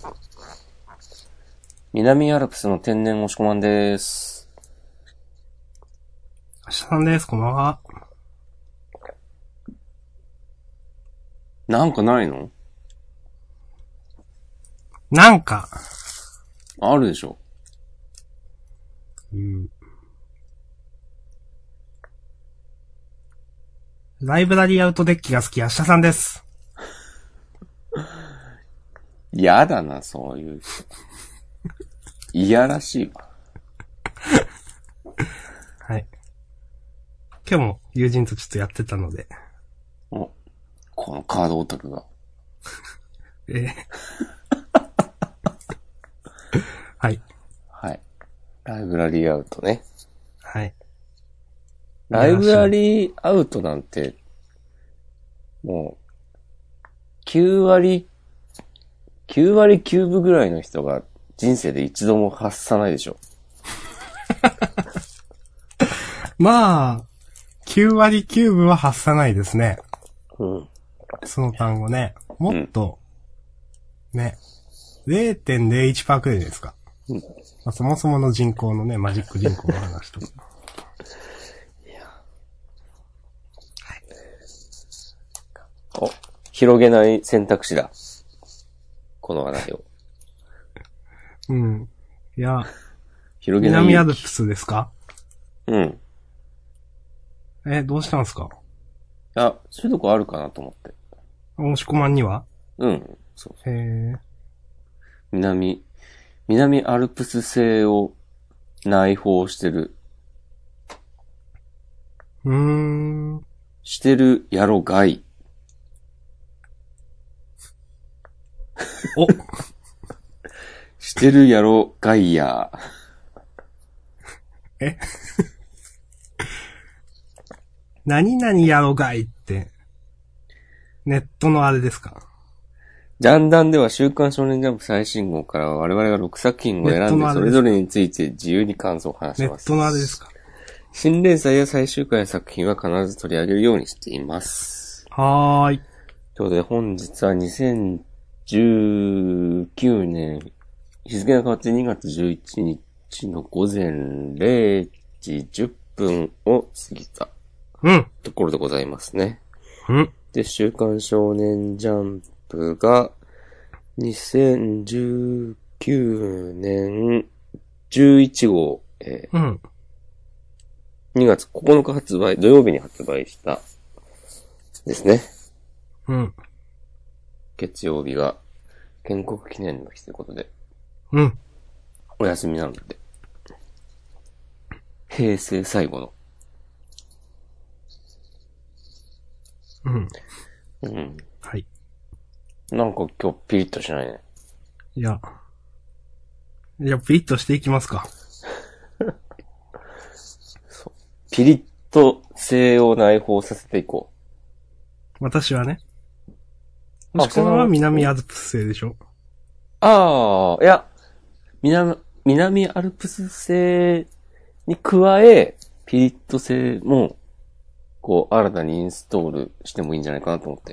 南アルプスの天然押し込まんです。 明日さんです。こんばんは。 なんかないの？ なんか。 あるでしょ。 ライブラリーアウトデッキが好き、明日さんです。 やだな、そういう。いやらしいわ。 はい。今日も友人とちょっとやってたので。 お、このカードオタクが。 はい。 はい。ライブラリーアウトね。 はい。 ライブラリーアウトなんて、もう、9割9分ぐらいの人が人生で一度も発さないでしょ。 まあ、9割9分は発さないですね。 うん。 その単語ね。もっと、ね、0.01% くらいですか。 うん。 まあ、そもそもの人口のね、マジック人口の話とか。 お、広げない選択肢だ。この話題を。 うん。いや、 広げない。 南アルプスですか？ うん。 どうしたんすか？ あ、そういうとこあるかなと思って。 押し込まんには？ うん。そう。 へー。 南アルプス星を内包してる。してるやろがい。 おしてるやろがいや。 何々やろがいって、ネットのあれですか？ ジャンダンでは週刊少年ジャンプ最新号から我々が6作品を選んでそれぞれについて自由に感想を話します。 ネットのあれですか？ 新連載や最終回の作品は必ず取り上げるようにしています。 はーい。 ということで本日は2019年、日付が変わって2月11日の午前0時10分を過ぎたところでございますね。で、週刊少年ジャンプが2019年11号、2月9日発売、土曜日に発売したですね。月曜日が建国記念の日ということで。お休みなので。平成最後の。 はい。 なんか今日ピリッとしないね。 いや、ピリッとしていきますか。 そう。ピリッと性を内包させていこう。私はね。もしくは南アルプス星でしょ？ ああ、いや、南アルプス星に加え、ピリッと星も、こう、新たにインストールしてもいいんじゃないかなと思って。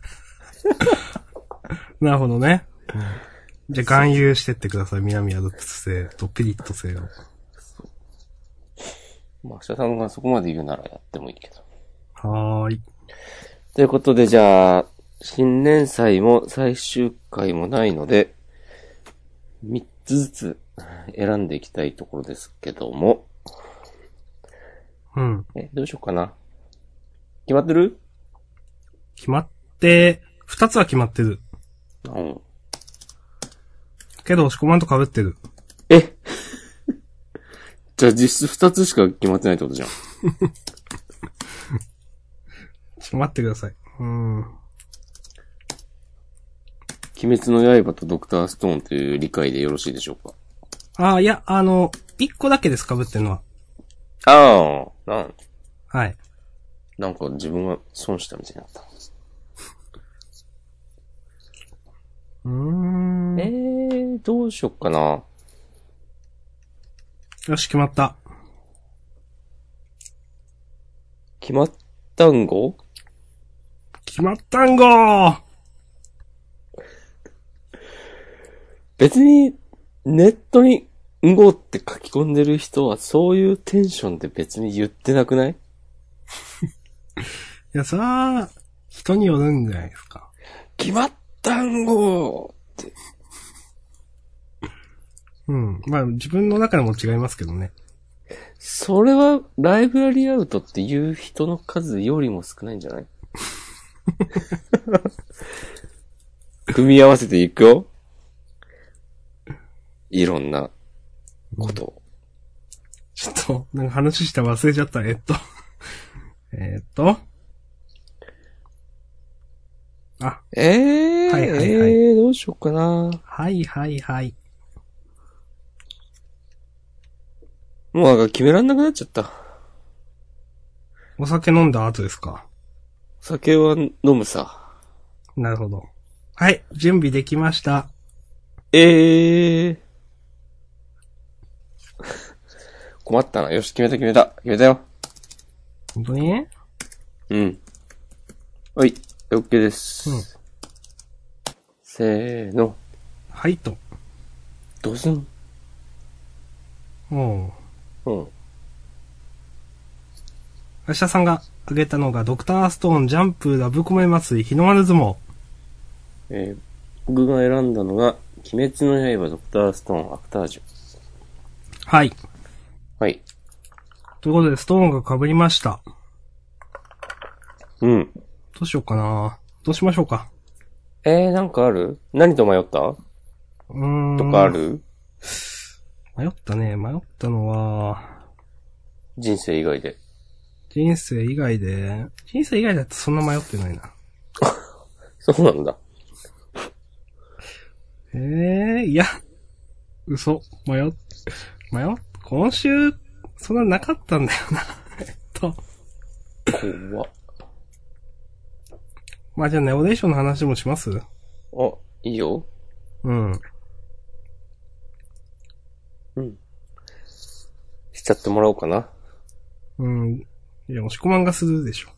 なるほどね。じゃあ、含有してってください。南アルプス星とピリッと星を。 まあ、明日さんがそこまで言うならやってもいいけど。 はーい。 ということで、じゃあ、新年祭も最終回もないので、3つずつ選んでいきたいところですけども。どうしようかな。決まってる？ 決まって、2つは決まってる。けど、押し込まんと被ってる。 じゃあ実質2つしか決まってないってことじゃん。 ちょっと待ってください。 鬼滅の刃とドクターストーンという理解でよろしいでしょうか？ いや、1個だけです、被ってるのは。はい。 なんか自分が損したみたいになった。どうしよっかな。 よし、決まった。 決まったんご別に、ネットに、んごって書き込んでる人は、そういうテンションで別に言ってなくない？ いや、それは、人によるんじゃないですか。 決まったんごって。 うん。まあ、自分の中でも違いますけどね。 それは、ライブラリーアウトっていう人の数よりも少ないんじゃない？組み合わせていくよ。いろんなことを。 ちょっと、なんか話した忘れちゃった。あ。はいはいはい。 どうしようかな。 はいはいはい。 もうなんか決めらんなくなっちゃった。 お酒飲んだ後ですか？ 酒は飲むさ。 なるほど。はい、準備できました。 困ったな。よし、決めたよ。 本当に？ うん。はい、OK です。 うん。 せーの。 はいと。 どうすん？ うん。 明日さんが挙げたのが、ドクターストーン、ジャンプ、ラブコメ祭り、日の丸相撲。 僕が選んだのが、鬼滅の刃、ドクターストーン、アクタージュ。 はい。 はい。 ということで、ストーンが被りました。 うん。 どうしようかな。どうしましょうか。 なんかある？何と迷った？とかある？ 迷ったね。迷ったのは、 人生以外で。 人生以外だってそんな迷ってないな。 そうなんだ。 いや、嘘。今週、そんななかったんだよな。 怖っ。 まあじゃあネオレーションの話もします？ あ、いいよ。 うん。 うん。しちゃってもらおうかな。 うん。いや、押し込まんがするでしょ。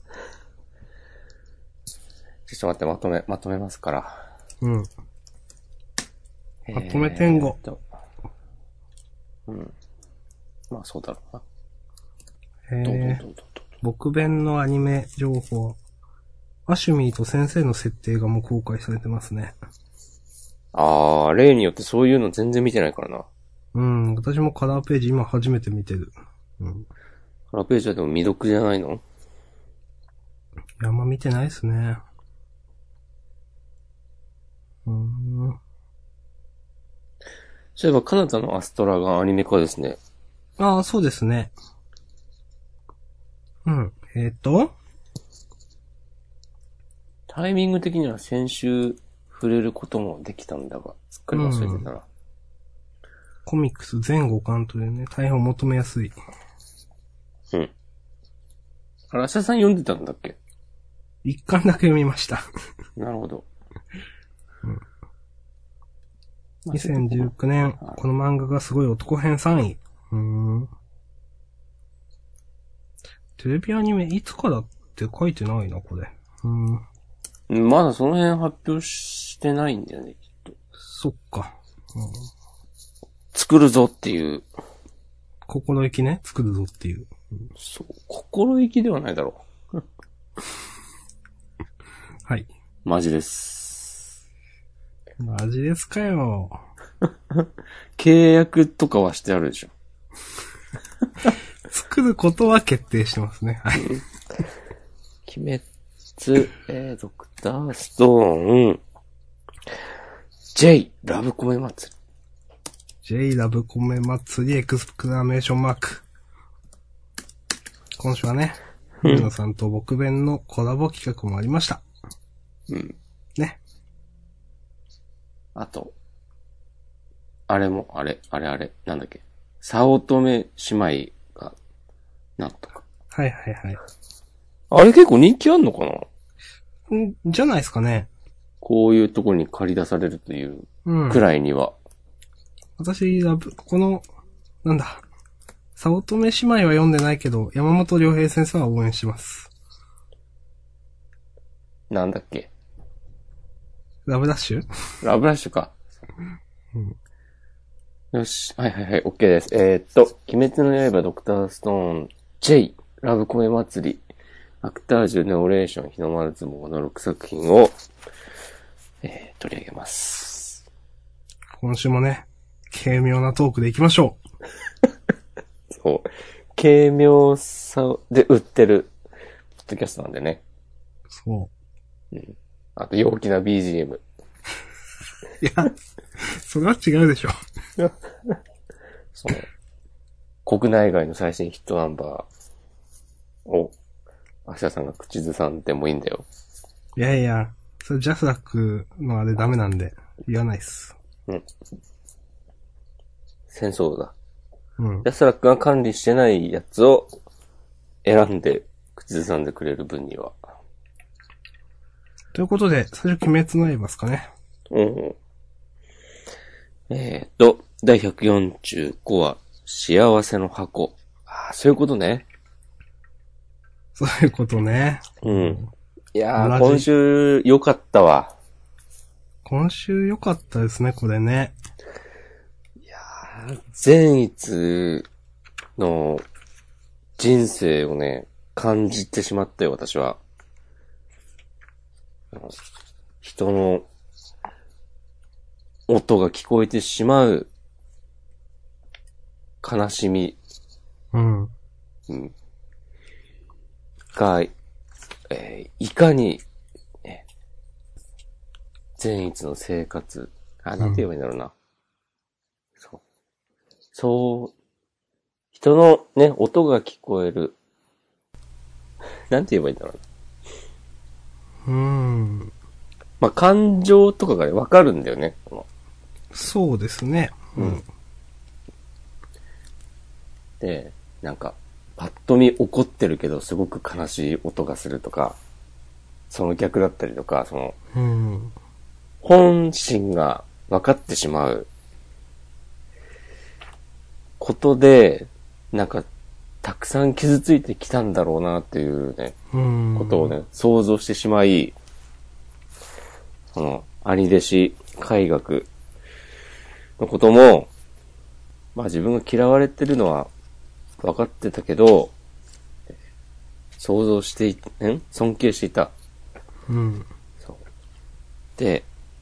ちょっと待って、まとめますから。 うん。まとめてんご。 うん。まあそうだろうな。 どう。僕弁のアニメ情報。アシュミーと先生の設定がもう公開されてますね。 例によってそういうの全然見てないからな。 うん、私もカラーページ今初めて見てる。うん。 カラーページはでも未読じゃないの？ いや、あんま見てないっすね。 そういえばカナダのアストラがアニメ化ですね。 ああ、そうですね。うん。 タイミング的には先週触れることもできたんだが、すっかり忘れてたな。 コミックス全5巻というね、大変求めやすい。 うん。あらしゃさん読んでたんだっけ ？1巻だけ読みました。 なるほど。 うん。2019年、この漫画がすごい男編3位。テレビアニメいつからって書いてないな、これ。 まだその辺発表してないんだよね、きっと。 そっか。 作るぞっていう。 心意気ね、作るぞっていう。 そう、心意気ではないだろう。 はい。 マジです。 マジですかよ。 契約とかはしてあるでしょ。 作ることは決定してますね。はい。 鬼滅、ドクターストーン、J、ラブコメ祭り。 J ラブコメ祭りエクスクラメーションマーク。今週はね、ゆうのさんと僕弁のコラボ企画もありました。 うん。 ね。 あと、あれ、なんだっけ。早乙女姉妹が、なんとか。 はいはいはい。 あれ結構人気あんのかな？ じゃないですかね。 こういうところに借り出されるというくらいには。 私、この、なんだ。早乙女姉妹は読んでないけど、山本良平先生は応援します。 なんだっけ？ ラブダッシュ？ ラブラッシュか。 よし。はいはいはい。OK です。鬼滅の刃、ドクターストーン、J、ラブコメ祭り、アクタージュ、ネオレーション、日の丸相撲の6作品を、取り上げます。 今週もね、軽妙なトークでいきましょう。そう。軽妙さで売ってる、ポッドキャストなんでね。 そう。 うん。あと、陽気な BGM。 いや、それは違うでしょ。 その、国内外の最新ヒットナンバーを、アシャさんが口ずさんでもいいんだよ。 いやいや、それジャスラックのあれダメなんで、言わないっす。 うん。戦争だ。 うん。 ジャスラックが管理してないやつを選んで口ずさんでくれる分には。 ということで、最初鬼滅の刃ですかね。 うん。第145話、幸せの箱。ああ、そういうことね。 そういうことね。 うん。いやー、今週良かったわ。 今週良かったですね、これね。 いやー、善逸の人生をね、感じてしまったよ、私は。人の音が聞こえてしまう悲しみ。 うん。 うん。が、いかに、ね、善逸の生活、なんて言えばいいんだろうな。そう、人のね、音が聞こえる。なんて言えばいいんだろうな。 まあ、感情とかがね、わかるんだよね。 そうですね。うん。 で、なんか、パッと見怒ってるけど、すごく悲しい音がするとか、その逆だったりとか、本心が分かってしまうことで、なんか、たくさん傷ついてきたんだろうなっていうね、ことをね、想像してしまい、兄弟子、海学のことも、まあ自分が嫌われてるのは分かってたけど、想像して尊敬していた。 うん。 そう。で、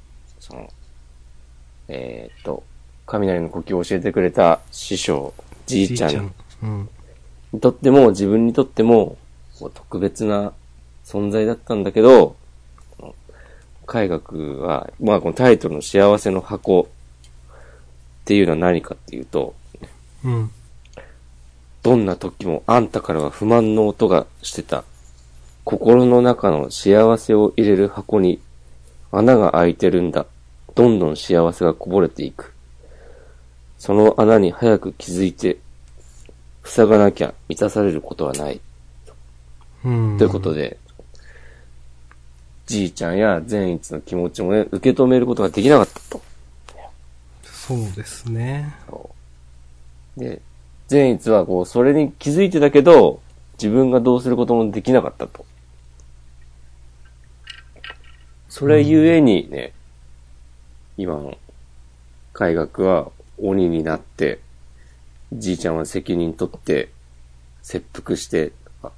雷の呼吸を教えてくれた師匠、じいちゃんにとっても、自分にとっても、特別な存在だったんだけど、海学は、まあこのタイトルの幸せの箱っていうのは何かっていうと、 うん。 どんな時もあんたからは不満の音がしてた。心の中の幸せを入れる箱に穴が開いてるんだ。どんどん幸せがこぼれていく。その穴に早く気づいて、塞がなきゃ満たされることはない。ということで、じいちゃんや善逸の気持ちもね、受け止めることができなかったと。 そうですね。 で、善逸はそれに気づいてたけど、自分がどうすることもできなかったと。それゆえにね、今の海学は鬼になって、じいちゃんは責任取って、切腹して、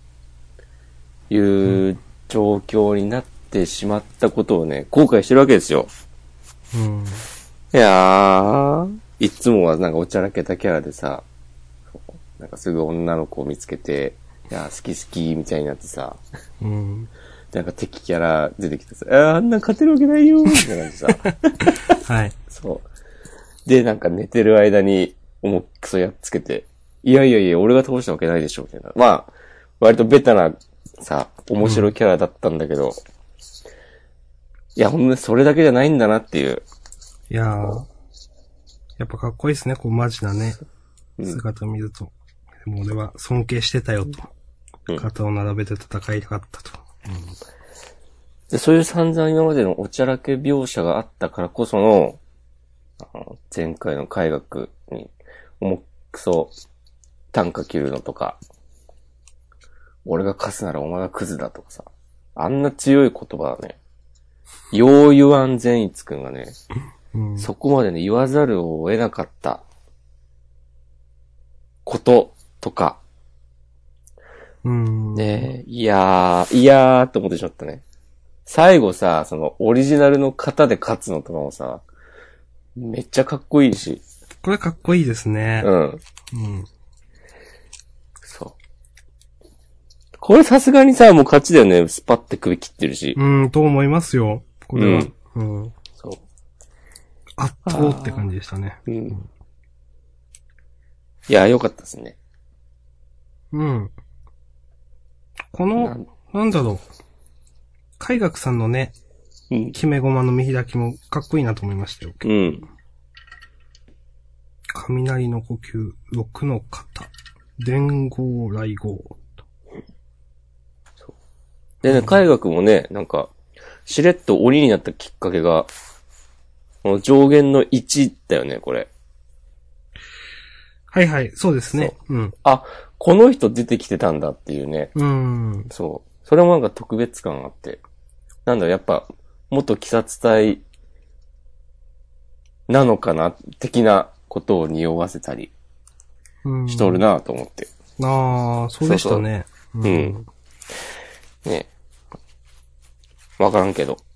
いう状況になってしまったことをね、後悔してるわけですよ。いやー、いつもはなんかおちゃらけたキャラでさ、なんかすぐ女の子を見つけて、いやー好き好きみたいになってさ、なんか敵キャラ出てきてさ、あんな勝てるわけないよーみたいな感じさ。 はい。 そう。で、なんか寝てる間に、クソやっつけて、いやいやいや、俺が倒したわけないでしょ、みたいな。まあ、割とベタな、さ、面白いキャラだったんだけど、いや、ほんとにそれだけじゃないんだなっていう。 いやー、やっぱかっこいいですね、マジなね、姿を見ると。でも俺は尊敬してたよと。肩を並べて戦いたかったと。 でそういう散々今までのおちゃらけ描写があったからこその、前回の海学に、クソ、短歌切るのとか、俺が勝つならお前がクズだとかさ、あんな強い言葉はね、よう言わん善逸くんがね、そこまでね、言わざるを得なかったこととか。ねえ、いやーって思ってしまったね。最後さ、そのオリジナルの型で勝つのとかもさ、めっちゃかっこいいし。 これかっこいいですね。 うん。そう。これさすがにさ、もう勝ちだよね。スパって首切ってるし。 と思いますよ。これは。 そう。 圧倒って感じでしたね。 いや、良かったですね。 この、なんだろう。海学さんのね、決め駒の見開きもかっこいいなと思いましたよ。雷の呼吸、六の型、伝言来号。 でね、海学もね、なんか、しれっと鬼になったきっかけが、この上限の1だよね、これ。 はいはい、そうですね。 あ、この人出てきてたんだっていうね。そう。それもなんか特別感あって。なんだろ、やっぱ、元鬼殺隊なのかな、的なことを匂わせたりしとるなと思って。 ああ、そうでしたね。 ね。わからんけど。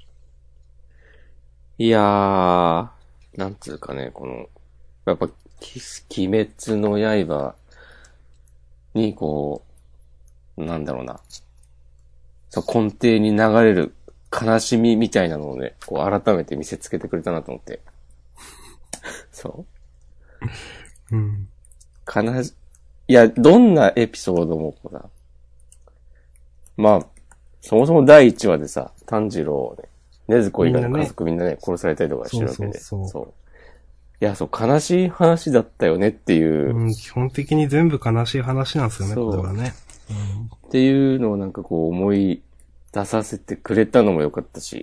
いやー、なんつうかね、この、やっぱ、鬼滅の刃にこう、なんだろうな。そう、根底に流れる悲しみみたいなのをね、こう改めて見せつけてくれたなと思って。そう。いや、どんなエピソードもこうな。まあ、そもそも第1話でさ、炭治郎をね、禰豆子以外の家族みんなね、殺されたりとかしてるわけで。そう。いや、そう、悲しい話だったよねっていう。 基本的に全部悲しい話なんですよね、これはね。 っていうのをなんかこう思い出させてくれたのも良かったし。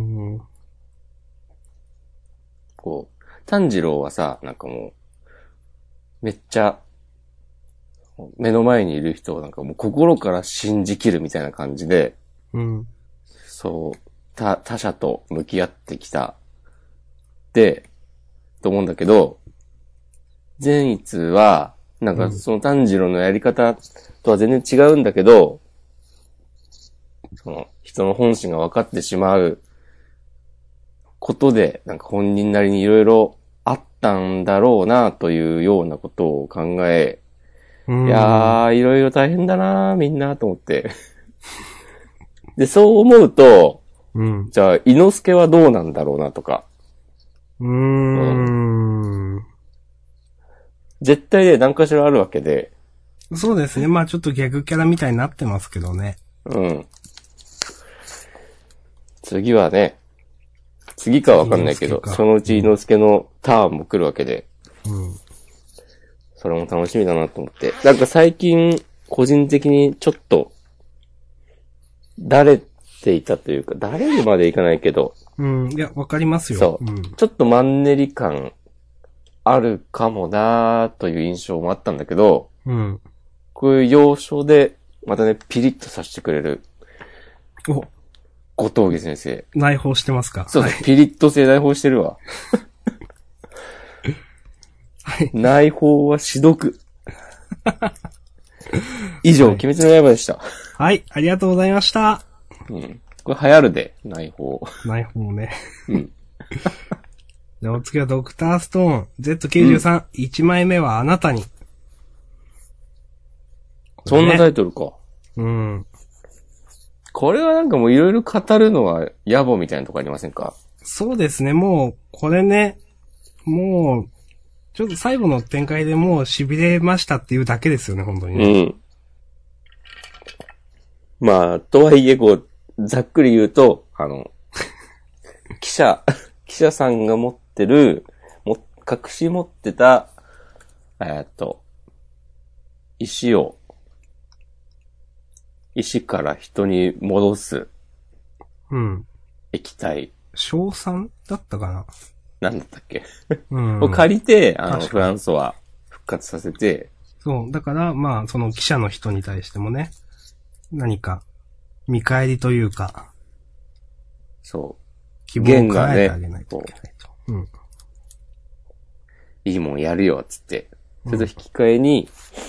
こう、炭治郎はさ、なんかもう、めっちゃ、目の前にいる人をなんかもう心から信じきるみたいな感じで、そう、他者と向き合ってきた。で、と思うんだけど、善逸は、なんかその炭治郎のやり方とは全然違うんだけど、その人の本心が分かってしまうことで、なんか本人なりにいろいろあったんだろうなというようなことを考え、いやー、いろいろ大変だなみんなと思って。で、そう思うと、じゃあ、伊之助はどうなんだろうなとか。絶対ね、何かしらあるわけで。 そうですね。まあちょっとギャグキャラみたいになってますけどね。 次はね、次かわかんないけど、そのうち伊之助のターンも来るわけで。それも楽しみだなと思って。なんか最近、個人的にちょっと、慣れていたというか、慣れるまでいかないけど。 いや、わかりますよ。 そう。ちょっとマンネリ感あるかもなーという印象もあったんだけど、こういう要所で、またね、ピリッとさせてくれる。後藤家先生。 内包してますか？ そうです。ピリッと性内包してるわ。内包はしどく。以上、鬼滅の刃でした。 はい、ありがとうございました。 これ流行るで、内包。 内包ね。じゃあお次はドクターストーン Z93、1枚目はあなたに。 そんなタイトルか。これはなんかもういろいろ語るのは野暮みたいなとこありませんか？ そうですね、もう、これね、もう、ちょっと最後の展開でもう痺れましたっていうだけですよね、本当にね。 まあ、とはいえ、こう、ざっくり言うと、記者さんが持ってる、隠し持ってた、石から人に戻す。液体。 硝酸だったかな？ なんだったっけを借りて、フランソワ復活させて。 そう。だから、まあ、その記者の人に対してもね、何か、見返りというか、 そう。 希望を変えてあげないといけないと。 いいもんやるよ、つって。 それと引き換えに、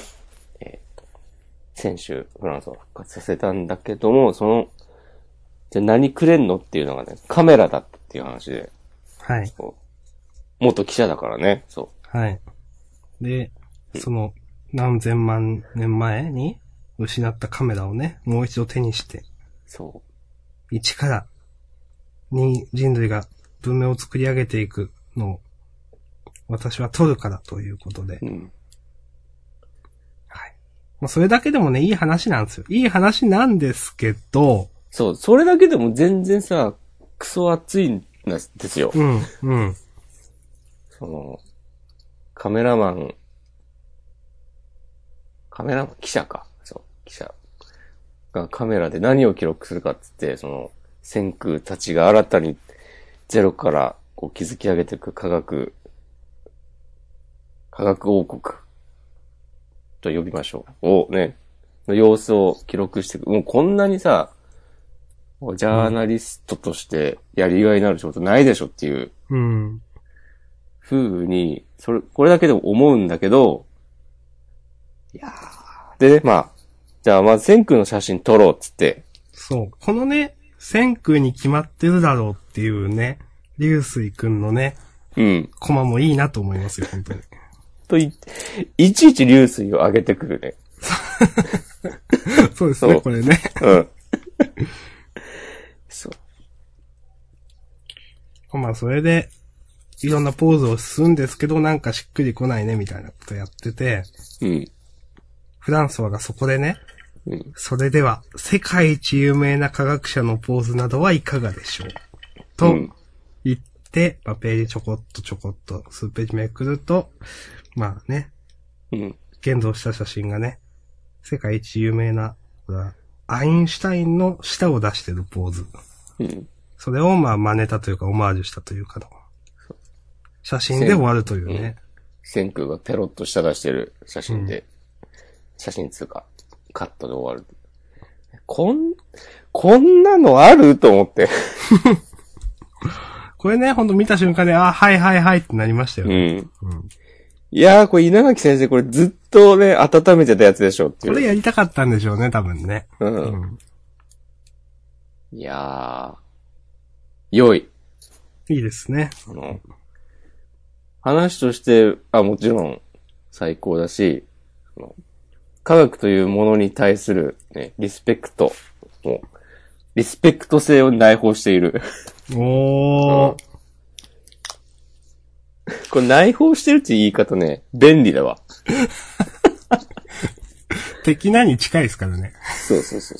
先週フランスを復活させたんだけども、じゃあ何くれんのっていうのがね、カメラだったっていう話で。 はい。 元記者だからね、そう。 はい。で、何千万年前に失ったカメラをね、もう一度手にして。 そう。 一からに人類が文明を作り上げていくのを私は撮るからということで。うん。はい。まあそれだけでもね、いい話なんですよ。いい話なんですけど。 そう、それだけでも全然さ、クソ熱いんですよ。 うん、うん。 カメラマン、記者か。そう、記者がカメラで何を記録するかっつって、先駆たちが新たにゼロからこう築き上げていく科学王国と呼びましょう。をね、の様子を記録していく。もうこんなにさ、ジャーナリストとしてやりがいのある仕事ないでしょっていう。 うん。 風に、これだけでも思うんだけど、いやー。でね、まあ、じゃあまず先空の写真撮ろうっつって。 そう。このね、先空に決まってるだろうっていうね、流水くんのね、 うん。 コマもいいなと思いますよ、本当に。 いちいち流水を上げてくるね。 そうですね、これね。 うん。そう。 まあ、それで、いろんなポーズをするんですけど、なんかしっくりこないね、みたいなことやってて、 うん。 フランソワがそこでね、 うん、 それでは、世界一有名な科学者のポーズなどはいかがでしょうと言って、まあ、ページちょこっと、数ページめくると、まあね、 うん。 現像した写真がね、世界一有名な、アインシュタインの舌を出してるポーズ。 うん。 それをまあ真似たというか、オマージュしたというかの。写真で終わるというね。 先空がペロッと舌出してる写真で、写真つうか、カットで終わる。こんなのあると思って。 これね、ほんと見た瞬間で、はいってなりましたよね。 いやー、これ稲垣先生これずっとね、温めてたやつでしょっていう。 これやりたかったんでしょうね、多分ね。 いやー、良い。 いいですね。 話として、もちろん最高だし、科学というものに対するね、リスペクト性を内包している。 おー。 これ内包してるっていう言い方ね、便利だわ。 的なに近いですからね。 そう。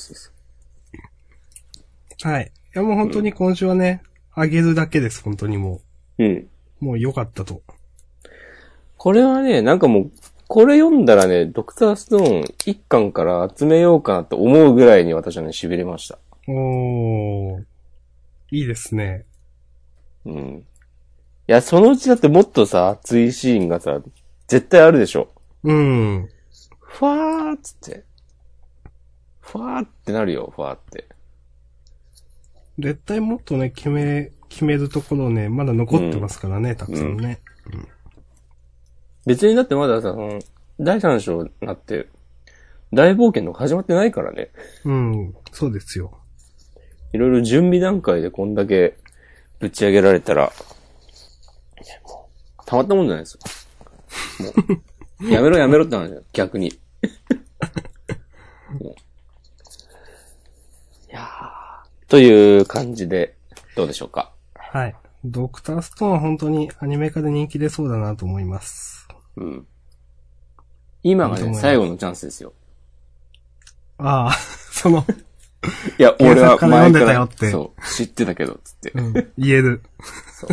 はい。いやもう本当に今週はね、あげるだけです、本当にもう。うん。 もう良かったと。 これはね、なんかもう、これ読んだらね、ドクターストーン一巻から集めようかなと思うぐらいに私はね、痺れました。 おー。いいですね。 うん。いや、そのうちだってもっとさ、熱いシーンがさ、絶対あるでしょ。 うん。 ふわーっつって。ふわーってなるよ、ふわーって。 絶対もっとね、決めるところね、まだ残ってますからね、たくさんね。 別にだってまださ、第3章になって、大冒険の始まってないからね。 うん、そうですよ。 いろいろ準備段階でこんだけぶち上げられたら、いやもう、たまったもんじゃないですよ。もう、やめろって話だよ、逆に。いやー、という感じで、どうでしょうか。 はい。ドクターストーンは本当にアニメ化で人気出そうだなと思います。 うん。今がね、最後のチャンスですよ。 ああ、 いや、俺は前からよって。 そう、知ってたけど、つって。 言える。 そう。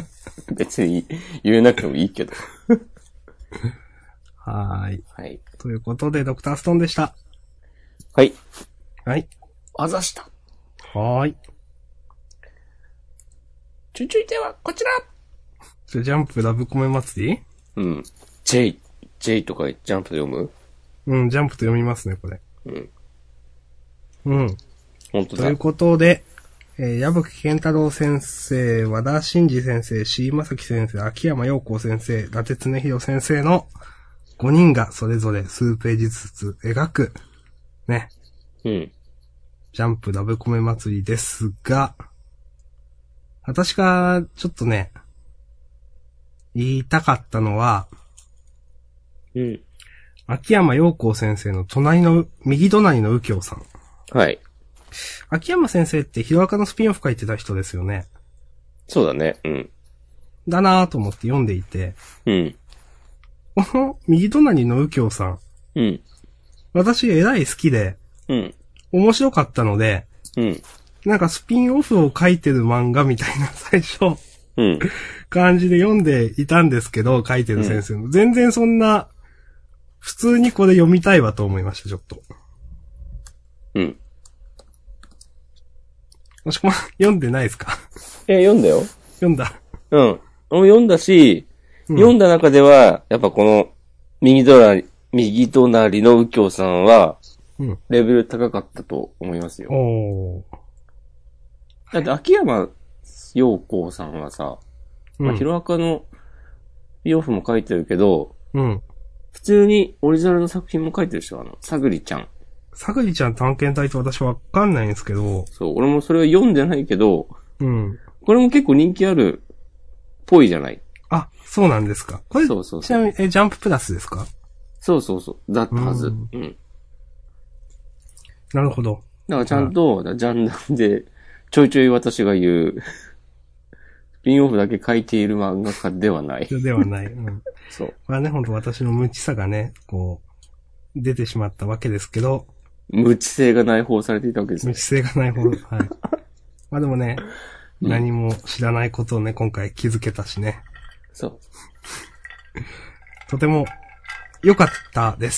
別に言えなくてもいいけど。 はい。 はい。 ということで、ドクターストーンでした。 はい。 はい。 あざした。 はーい。 続いてはこちら。 ジャンプラブコメ祭り？ うん。J とかジャンプで読む？ うん、ジャンプと読みますね、これ。うん。 本当だ。 ということで、矢吹健太郎先生、和田真二先生、椎井正樹先生、秋山陽子先生、伊達恒弘先生の 5人がそれぞれ数ページずつ描く、ね。 うん。 ジャンプラブコメ祭りですが、私がちょっとね、言いたかったのは、 うん。 秋山陽光先生の右隣の右京さん。 はい。 秋山先生ってヒロアカのスピンオフ書いてた人ですよね。 そうだね。うん。 だなぁと思って読んでいて。 うん。 この右隣の右京さん。 うん。 私えらい好きで。 うん。 面白かったので。 うん。 なんかスピンオフを書いてる漫画みたいな最初。 うん。 感じで読んでいたんですけど、書いてる先生の。全然そんな、普通にこれ読みたいわと思いました、ちょっと。 うん。 もしくは、読んでないですか？ 読んだよ。 読んだ。 うん。読んだし、読んだ中では、やっぱこの、右隣の右京さんは、レベル高かったと思いますよ。だって秋山陽光さんはさ、まあ、ヒロアカの美容服も書いてるけど、普通にオリジナルの作品も書いてるでしょ、さぐりちゃん。 さぐりちゃん探検隊と私わかんないんですけど。 そう、俺もそれは読んでないけど、これも結構人気あるっぽいじゃない。 あ、そうなんですか。これ、 そうそうそう。 ちなみに、ジャンププラスですか？ そうそうそう。だったはず。 なるほど。 だからちゃんと、ジャンダンで、ちょいちょい私が言う、スピンオフだけ書いている漫画家ではない。 ではない。 そう。 これはね、本当私の無知さがね、こう、出てしまったわけですけど。 無知性が内包されていたわけですね。 無知性が内包。はい。まあでもね、何も知らないことをね、今回気づけたしね。 そう。 とても、良かったです。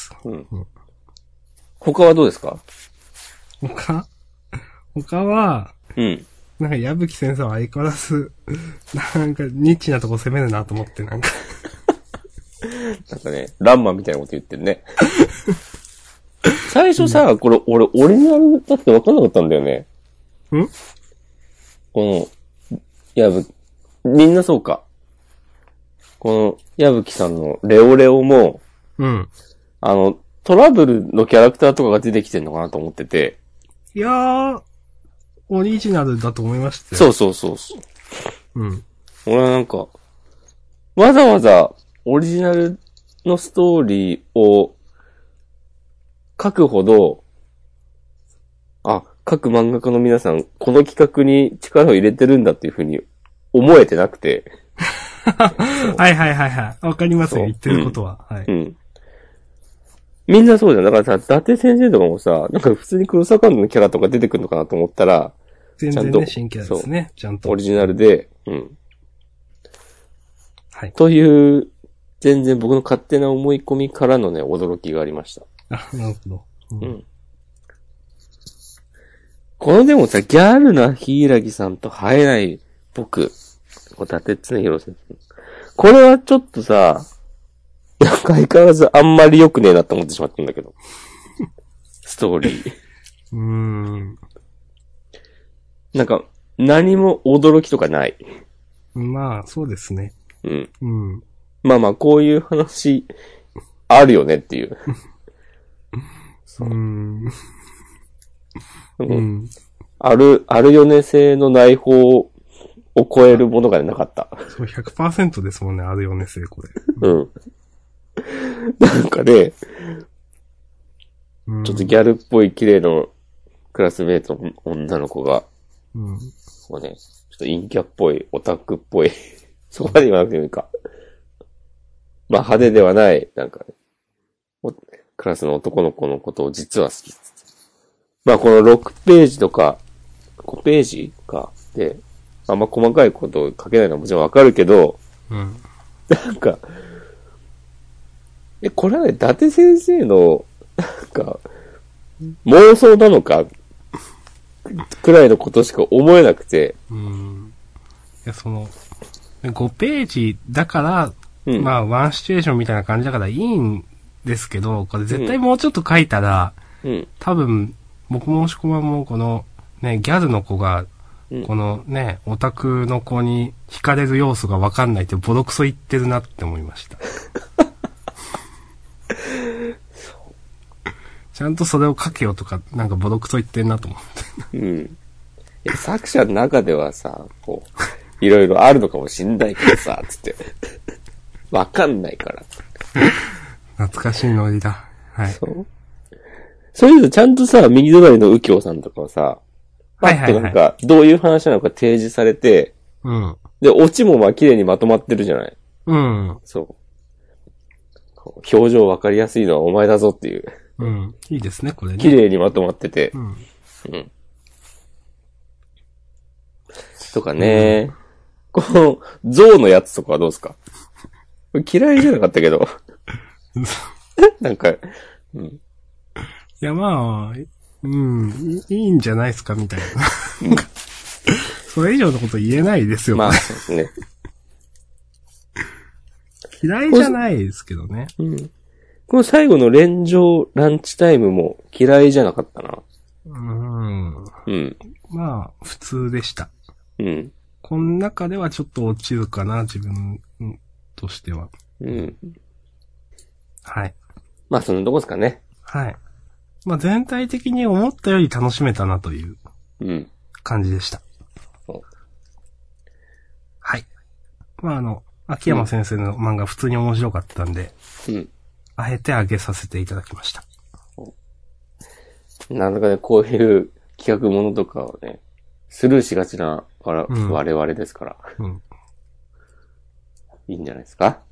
他はどうですか？ 他は、なんか、矢吹先生は相変わらず、なんか、ニッチなとこ攻めるなと思って、なんか。 なんかね、ランマみたいなこと言ってるね。最初さ、これ、俺、オリジナルだって分かんなかったんだよね。この、みんなそうか。この、矢吹さんのレオレオも、トラブルのキャラクターとかが出てきてんのかなと思ってて。 いやー、オリジナルだと思いましたよ。そう。俺はなんか、わざわざオリジナルのストーリーを書くほど、各漫画家の皆さん、この企画に力を入れてるんだっていう風に思えてなくて。 はい。わかりますよ、言ってることは。はい。 みんなそうじゃん。だからさ、伊達先生とかもさ、なんか普通に黒坂のキャラとか出てくるのかなと思ったら、 全然ね、新キャラですね。ちゃんと。 オリジナルで、 はい。 という、全然僕の勝手な思い込みからのね、驚きがありました。 なるほど。 このでもさ、ギャルな柊さんと生えない僕、伊達常弘先生。これはちょっとさ、なんか相変わらずあんまり良くねえなって思ってしまったんだけど。ストーリー。なんか、何も驚きとかない。 まあ、そうですね。 まあ、こういう話、あるよねっていう。あるよね性の内包を超えるものがなかった。 そう、100% ですもんね、あるよね性、これ。なんかね、ちょっとギャルっぽい綺麗のクラスメイトの女の子が、こうね、ちょっと陰キャっぽい、オタクっぽい、そこまで言わなくてもいいか。まあ派手ではない、なんかね、クラスの男の子のことを実は好き。まあこの6ページとか、5ページか、で、あんま細かいことを書けないのはもちろんわかるけど、なんか、これはね、伊達先生の、なんか、妄想なのか、くらいのことしか思えなくて。 いや、5ページだから、まあ、ワンシチュエーションみたいな感じだからいいんですけど、これ絶対もうちょっと書いたら、多分、僕も押し込まもこの、ね、ギャルの子が、このね、オタクの子に惹かれる要素がわかんないってボロクソ言ってるなって思いました。 ちゃんとそれを書けよとか、なんかボロクソ言ってんなと思って。 うん。作者の中ではさ、こう、いろいろあるのかもしんないけどさ、つって。わかんないから。 懐かしいノリだ。はい。 そういうのちゃんとさ、右隣の右京さんとかはさ、パッとなんか、どういう話なのか提示されて、 うん。 で、オチもまあ綺麗にまとまってるじゃない。 うん。 そう。表情わかりやすいのはお前だぞっていう。 うん。いいですね、これね。 綺麗にまとまってて。うん。うん。とかね、この、象のやつとかはどうですか？嫌いじゃなかったけど。なんか、うん。いや、まあ、うん、いいんじゃないですか、みたいな。それ以上のこと言えないですよ。 まあ、そうですね。 嫌いじゃないですけどね。 うん。この最後の連城ランチタイムも嫌いじゃなかったな。うん。 まあ、普通でした。 うん。 この中ではちょっと落ちるかな、自分としては。 うん。 はい。 まあ、そんなとこですかね。 はい。まあ、全体的に思ったより楽しめたなという感じでした。うん、はい。まあ、秋山先生の漫画普通に面白かったんで、うん。あえてあげさせていただきました。 なんだかね、こういう企画ものとかをね、スルーしがちな我々ですから。うん。いいんじゃないですか？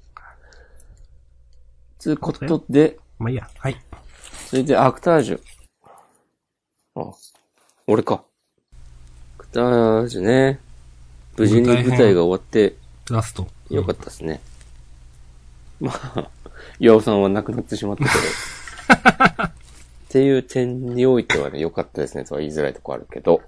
つうことで。 まあいいや。はい。 続いてアクタージュ。あ、俺か。アクタージュね。無事に舞台が終わって、 ラスト。 よかったですね。まあ、岩尾さんは亡くなってしまったけど。っていう点においてはね、良かったですねとは言いづらいとこあるけど。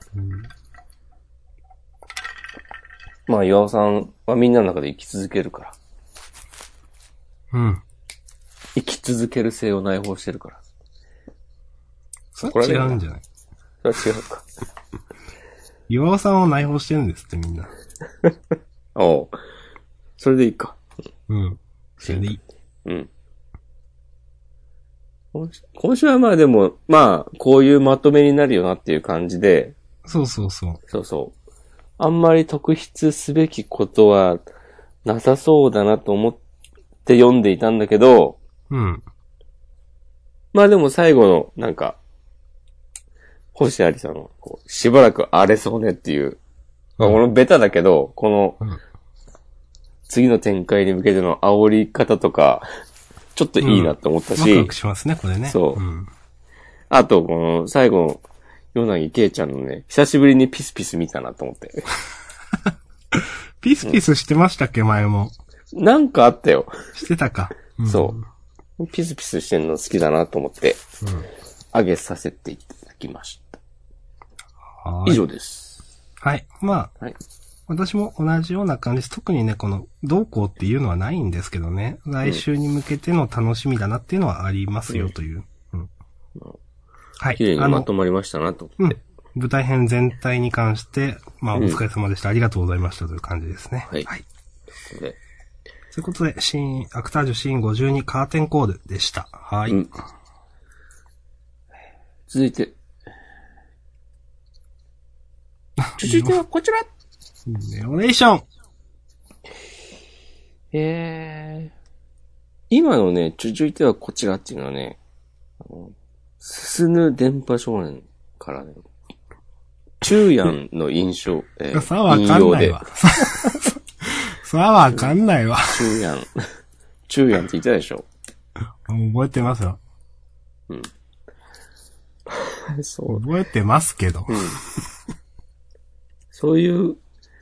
まあ、岩尾さんはみんなの中で生き続けるから。 うん。 生き続ける性を内包してるから。 それは違うんじゃない？ それは違うか。 岩尾さんを内包してるんですってみんな。 おう。それでいいか。 うん。それでいい。 うん。今週はまあでも、まあ、こういうまとめになるよなっていう感じで。 そうそうそう。 そうそう。あんまり特筆すべきことはなさそうだなと思って読んでいたんだけど。 うん。 まあでも最後の、なんか、星ありさんの、こう、しばらく荒れそうねっていう。まあ、このベタだけど、この、次の展開に向けての煽り方とか、ちょっといいなって思ったし。ワクワクしますね、これね。 そう。あと、この、最後の、柳圭ちゃんのね、久しぶりにピスピス見たなと思って。 ピスピスしてましたっけ、前も。 なんかあったよ。 してたか。 そう。ピスピスしてんの好きだなと思って、あげさせていただきました。以上です。 はい。まあ、私も同じような感じです。特にね、この、どうこうっていうのはないんですけどね。来週に向けての楽しみだなっていうのはありますよという。 はい。綺麗にまとまりましたなと思って。 舞台編全体に関して、まあ、お疲れ様でした。ありがとうございましたという感じですね。 はい。 ということで、アクタージュシーン52カーテンコールでした。はい。 続いて。続いてはこちらネオレーション。今のね、続いてはこちらっていうのはね、進ぬ電波少年からね、中やんの印象、 さあわかんないわ。さあわかんないわ。 中やんって言ったでしょ。 覚えてますよ。 うん。そう。 覚えてますけど。 そういう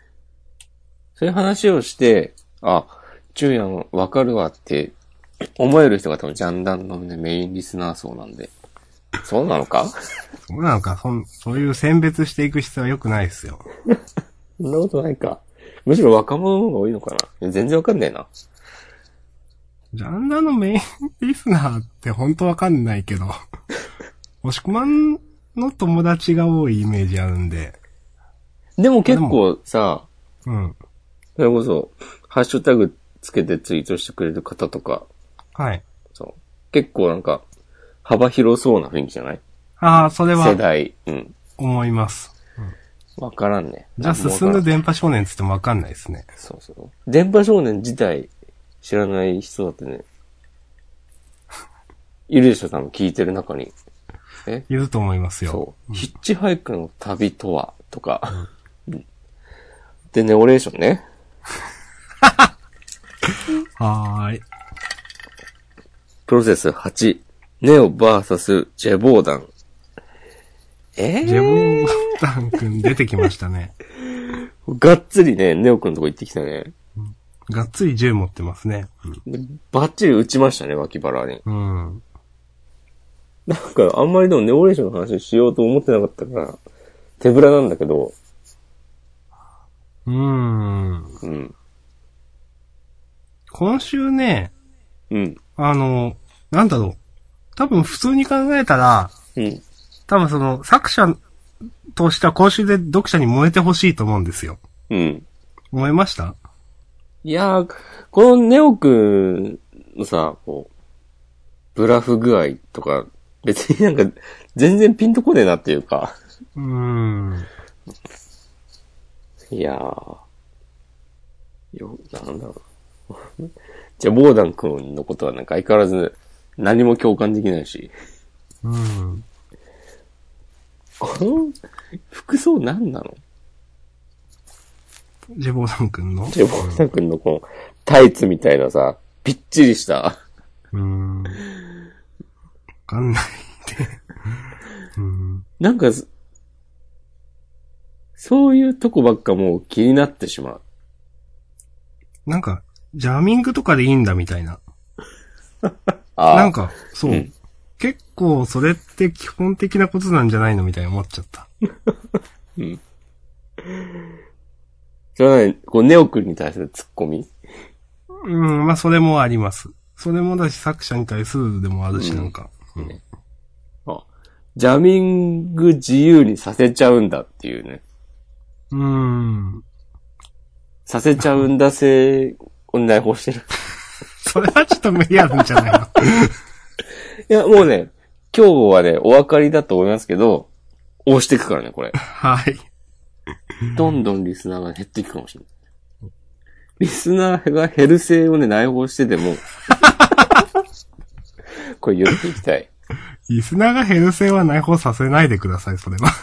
話をして、あ、中やんわかるわって思える人が多分ジャンダンの、ね、メインリスナー層なんで。そうなのか？ そうなのか、そういう選別していく必要は良くないですよ。 そんなことないか。むしろ若者の方が多いのかな。全然わかんねえな。 ジャンダンのメインリスナーって本当わかんないけど。押し込まんの友達が多いイメージあるんで。 でも結構さ、 うん。 それこそ、ハッシュタグつけてツイートしてくれる方とか。 はい。 そう。結構なんか、 幅広そうな雰囲気じゃない？ ああ、それは。 世代。うん。 思います。 わからんね。 じゃあ進んで電波少年つってもわかんないですね。 そうそう。電波少年自体知らない人だってね。いるでしょ、多分聞いてる中に。 いると思いますよ。 そう。ヒッチハイクの旅とはとか。で、ネオレーションね。 はーい。 プロセス8。ネオバーサスジェボーダン。 ジェボーダンくん出てきましたね。 がっつりね、ネオくんのとこ行ってきたね。 がっつり銃持ってますね。 バッチリ撃ちましたね、脇腹に。 うん。 なんか、あんまりでもネオレーションの話しようと思ってなかったから、手ぶらなんだけど。 うん。今週ね、 うん。 なんだろう。多分普通に考えたら、 うん。 多分その作者としては今週で読者に燃えてほしいと思うんですよ。 うん。 思いました？ いやー、このネオくんのさ、こう、ブラフ具合とか、別になんか全然ピンとこねえなっていうか。いやー。なんだろう。じゃあ、ボーダンくんのことはなんか相変わらず何も共感できないし。この服装何なの？ ジェボーダンくんの？ ジェボーダンくんのこのタイツみたいなさ、ぴっちりした。わかんないで。 なんか、そういうとこばっかもう気になってしまう。 なんか、ジャミングとかでいいんだみたいな。なんか、そう。結構それって基本的なことなんじゃないのみたいに思っちゃった。 それはね、こうネオくんに対するツッコミ？ まあそれもあります。それもだし作者に対するでもあるし、なんか。 ジャミング自由にさせちゃうんだっていうね。させちゃうんだ性を内包してる。 それはちょっと無理あるんじゃないの？いや、もうね、今日はね、お分かりだと思いますけど、押していくからね、これ。 はい。 どんどんリスナーが減っていくかもしれない。リスナーが減る性をね、内包してても、これ言っていきたい。 リスナーが減る性は内包させないでください、それは。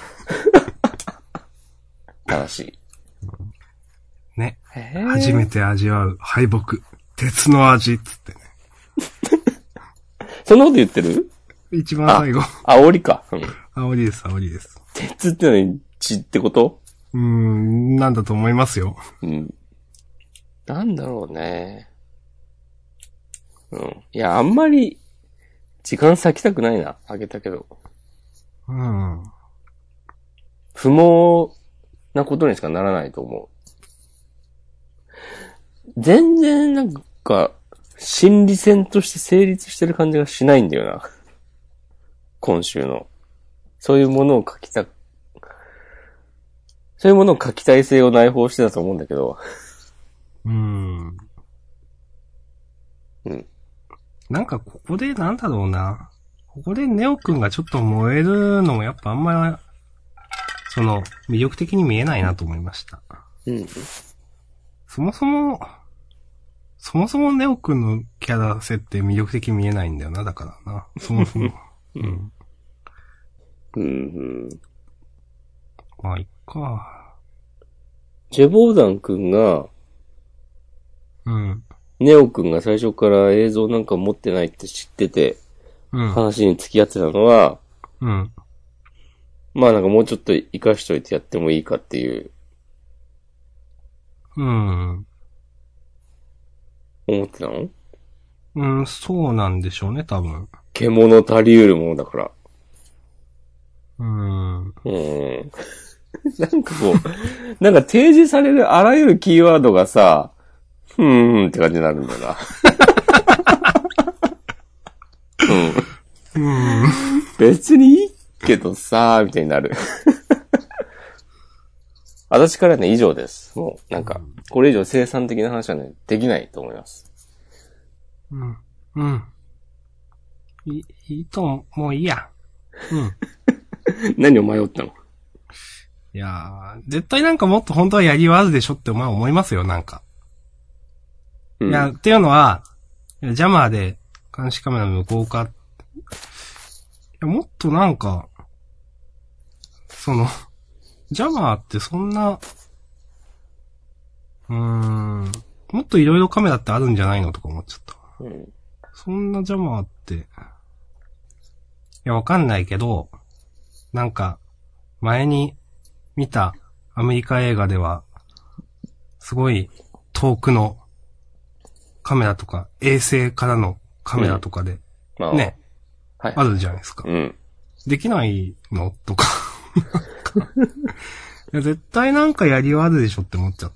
正しい。 ね。初めて味わう敗北。鉄の味っつってね。 そんなこと言ってる？ 一番最後。 煽りか。 煽りです、煽りです。 鉄ってのに血ってこと？ なんだと思いますよ。 なんだろうね。いや、あんまり、時間割きたくないな。あげたけど。不毛なことにしかならないと思う。全然なんか、心理戦として成立してる感じがしないんだよな。今週の。そういうものを書きたい性を内包してたと思うんだけど。 なんかここでなんだろうな。ここでネオくんがちょっと燃えるのもやっぱあんま、魅力的に見えないなと思いました。そもそもネオくんのキャラ設定魅力的に見えないんだよな、だからな。そもそも。まあ、いっか。 ジェボーダンくんが、ネオくんが最初から映像なんか持ってないって知ってて、話に付き合ってたのは、まあなんかもうちょっと活かしといてやってもいいかっていう。思ってたの？ そうなんでしょうね、多分。 獣足りうるものだから。なんかこう、なんか提示されるあらゆるキーワードがさ、って感じになるんだよな。別にいいけどさ、みたいになる。私からね、以上です。もう、なんか、これ以上生産的な話はね、できないと思います。 いいと、もういいや。うん。 何を迷ったの？ いやー、絶対なんかもっと本当はやりはあるでしょって、まあ思いますよ、なんか。いや、っていうのは、ジャマーで監視カメラの無効化。いや、もっとなんか、ジャマーってそんな、もっといろいろカメラってあるんじゃないのとか思っちゃった。そんなジャマーって、いや、わかんないけど、なんか、前に見たアメリカ映画では、すごい遠くのカメラとか、衛星からのカメラとかで、ね、はい、あるじゃないですか。できないのとか。いや、絶対なんかやりはあるでしょって思っちゃった。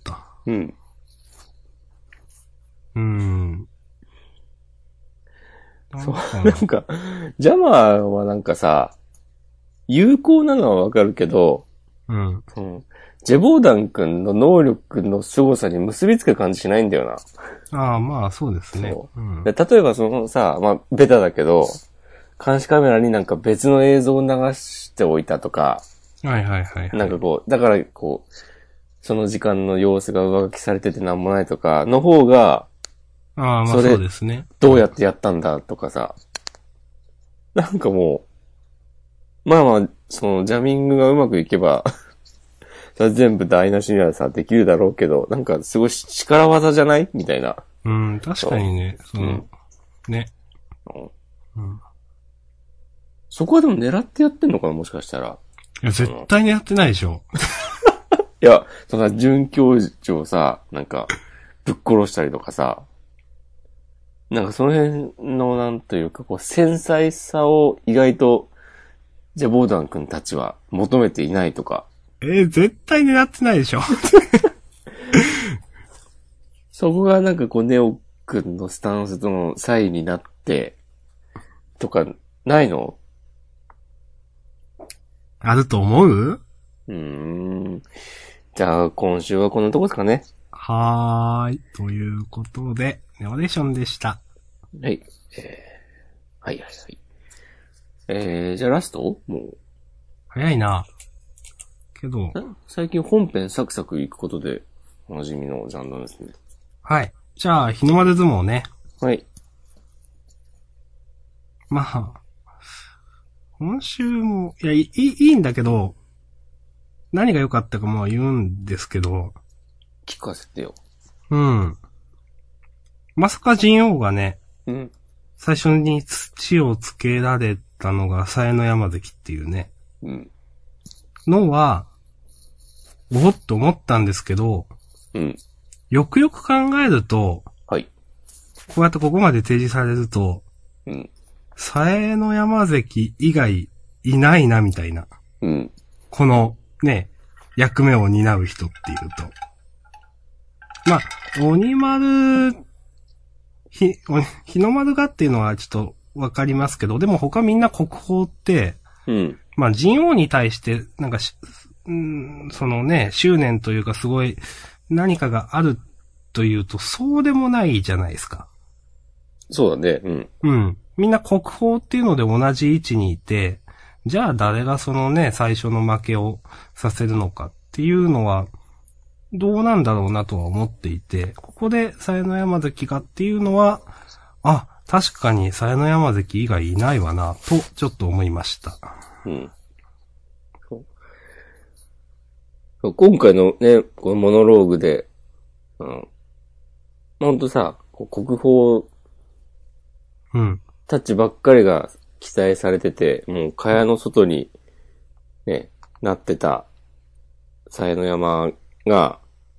そう、なんか、ジャマーはなんかさ、有効なのはわかるけど、ジェボーダン君の能力の凄さに結びつく感じしないんだよな。 ああ、まあそうですね。 で例えばさ、まあベタだけど、監視カメラになんか別の映像を流しておいたとか、 はいはいはい、はい。 なんかだからその時間の様子が上書きされててなんもないとかの方が、 ああ、まあそうですね。 どうやってやったんだとかさ、なんかもう、まあまあ、ジャミングがうまくいけば、全部台無しにはさ、できるだろうけど、なんかすごい力技じゃないみたいな。 確かにね、ね。 そこはでも狙ってやってんのかな、もしかしたら。 いや、絶対狙ってないでしょ。 いや、准教授をさ、なんか、ぶっ殺したりとかさ、なんかその辺のなんというか、繊細さを意外と、ジェボーダン君たちは求めていないとか。 絶対狙ってないでしょ。 そこがなんかネオ君のスタンスとの差異になって、とか、ないの？ あると思う？ じゃあ、今週はこんなとこですかね。 はーい。ということで、ネオレーションでした。 はい。はいはいはい。じゃあラスト？もう。 早いな。けど。 最近本編サクサクいくことで、おなじみのジャンルですね。 はい。じゃあ、日の丸相撲ね。 はい。 まあ、今週も、いや、いいんだけど、何が良かったかも言うんですけど。 聞かせてよ。 まさか神王がね、最初に土をつけられたのが鞘の山関っていうね。のは、おっと思ったんですけど、よくよく考えると、 はい。 こうやってここまで提示されると、鞘の山関以外いないなみたいな。このね、役目を担う人っていうと。まあ、鬼丸、日の丸がっていうのはちょっとわかりますけど、でも他みんな国宝って、まあ神王に対して、なんかそのね、執念というかすごい何かがあるというと、そうでもないじゃないですか。 そうだね。 みんな国宝っていうので同じ位置にいて、じゃあ誰がそのね、最初の負けをさせるのかっていうのは、どうなんだろうなとは思っていて、ここで鞘の山関がっていうのは、あ、確かに鞘の山関以外いないわな、とちょっと思いました。 今回のね、このモノローグで、ほんとさ、国宝、たちばっかりが記載されてて、もう蚊帳の外に、ね、なってた、鞘の山が、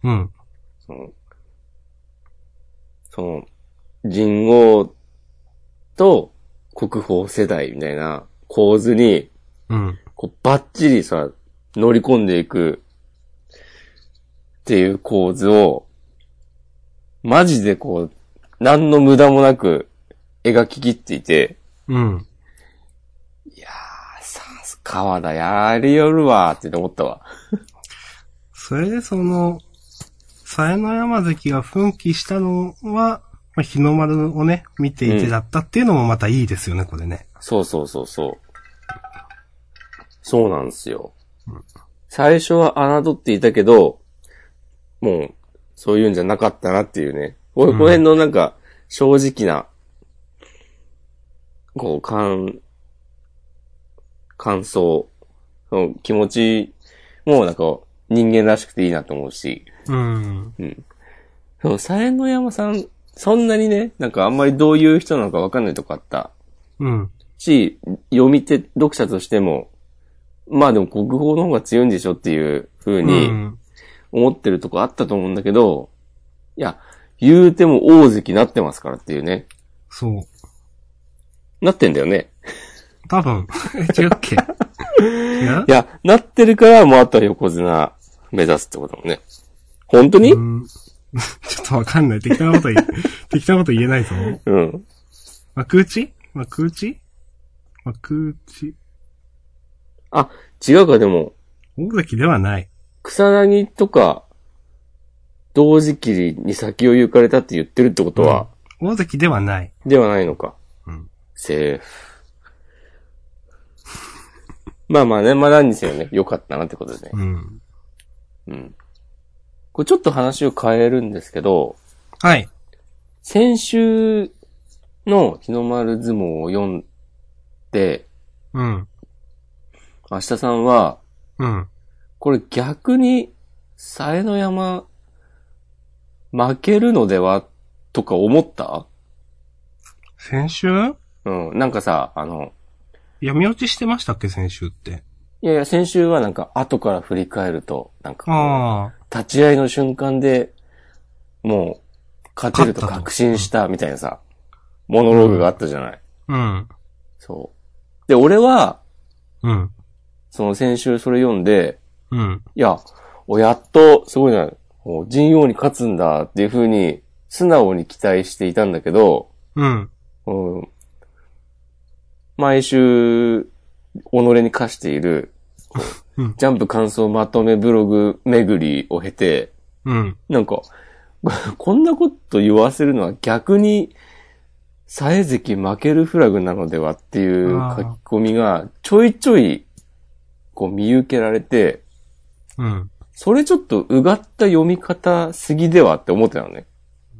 神王と国宝世代みたいな構図に、バッチリさ、乗り込んでいくっていう構図を、マジで何の無駄もなく描き切っていて、いやー、川田やりよるわーって思ったわ。 それで鞘の山関が奮起したのは、 まあ、日の丸をね、見ていてだったっていうのもまたいいですよね、これね。 そう。そうなんですよ。最初は侮っていたけど、もう、そういうんじゃなかったなっていうね。この辺のなんか、正直な、こう、感想、気持ちもなんか、人間らしくていいなと思うし。うん。その、佐江ノ山さん、そんなにね、なんかあんまりどういう人なのかわかんないとこあった。 うん。 し、読者としても、まあでも国宝の方が強いんでしょっていう風に、思ってるとこあったと思うんだけど、いや、言うても大関なってますからっていうね。 そう。 なってんだよね。 多分。違うっけいや、なってるからもうあとは横綱目指すってこともね。本当にちょっとわかんない。適当なこと言えないぞ。 うん。 幕内あ、違うかでも。 大関ではない。 草薙とか、同時期に先を行かれたって言ってるってことは、 大関ではない。 ではないのか。セーフ。まあね、まあ何にせよね、良かったなってことでね。これちょっと話を変えるんですけど、 はい。 先週の日の丸相撲を読んで、明日さんは、これ逆に、佐江ノ山、負けるのではとか思った？ 先週？ なんかさ、 闇落ちしてましたっけ、先週って。 いや、先週はなんか後から振り返ると、なんか立ち合いの瞬間で、もう、勝てると確信したみたいなさ、モノローグがあったじゃない。そう。で、俺は、その先週それ読んで、いや、やっと、すごいな、神王に勝つんだっていう風に、素直に期待していたんだけど、毎週、己に課している、ジャンプ感想まとめブログ巡りを経て、なんか、こんなこと言わせるのは逆に、佐江関負けるフラグなのではっていう書き込みがちょいちょいこう見受けられて、それちょっとうがった読み方すぎではって思ってたのね。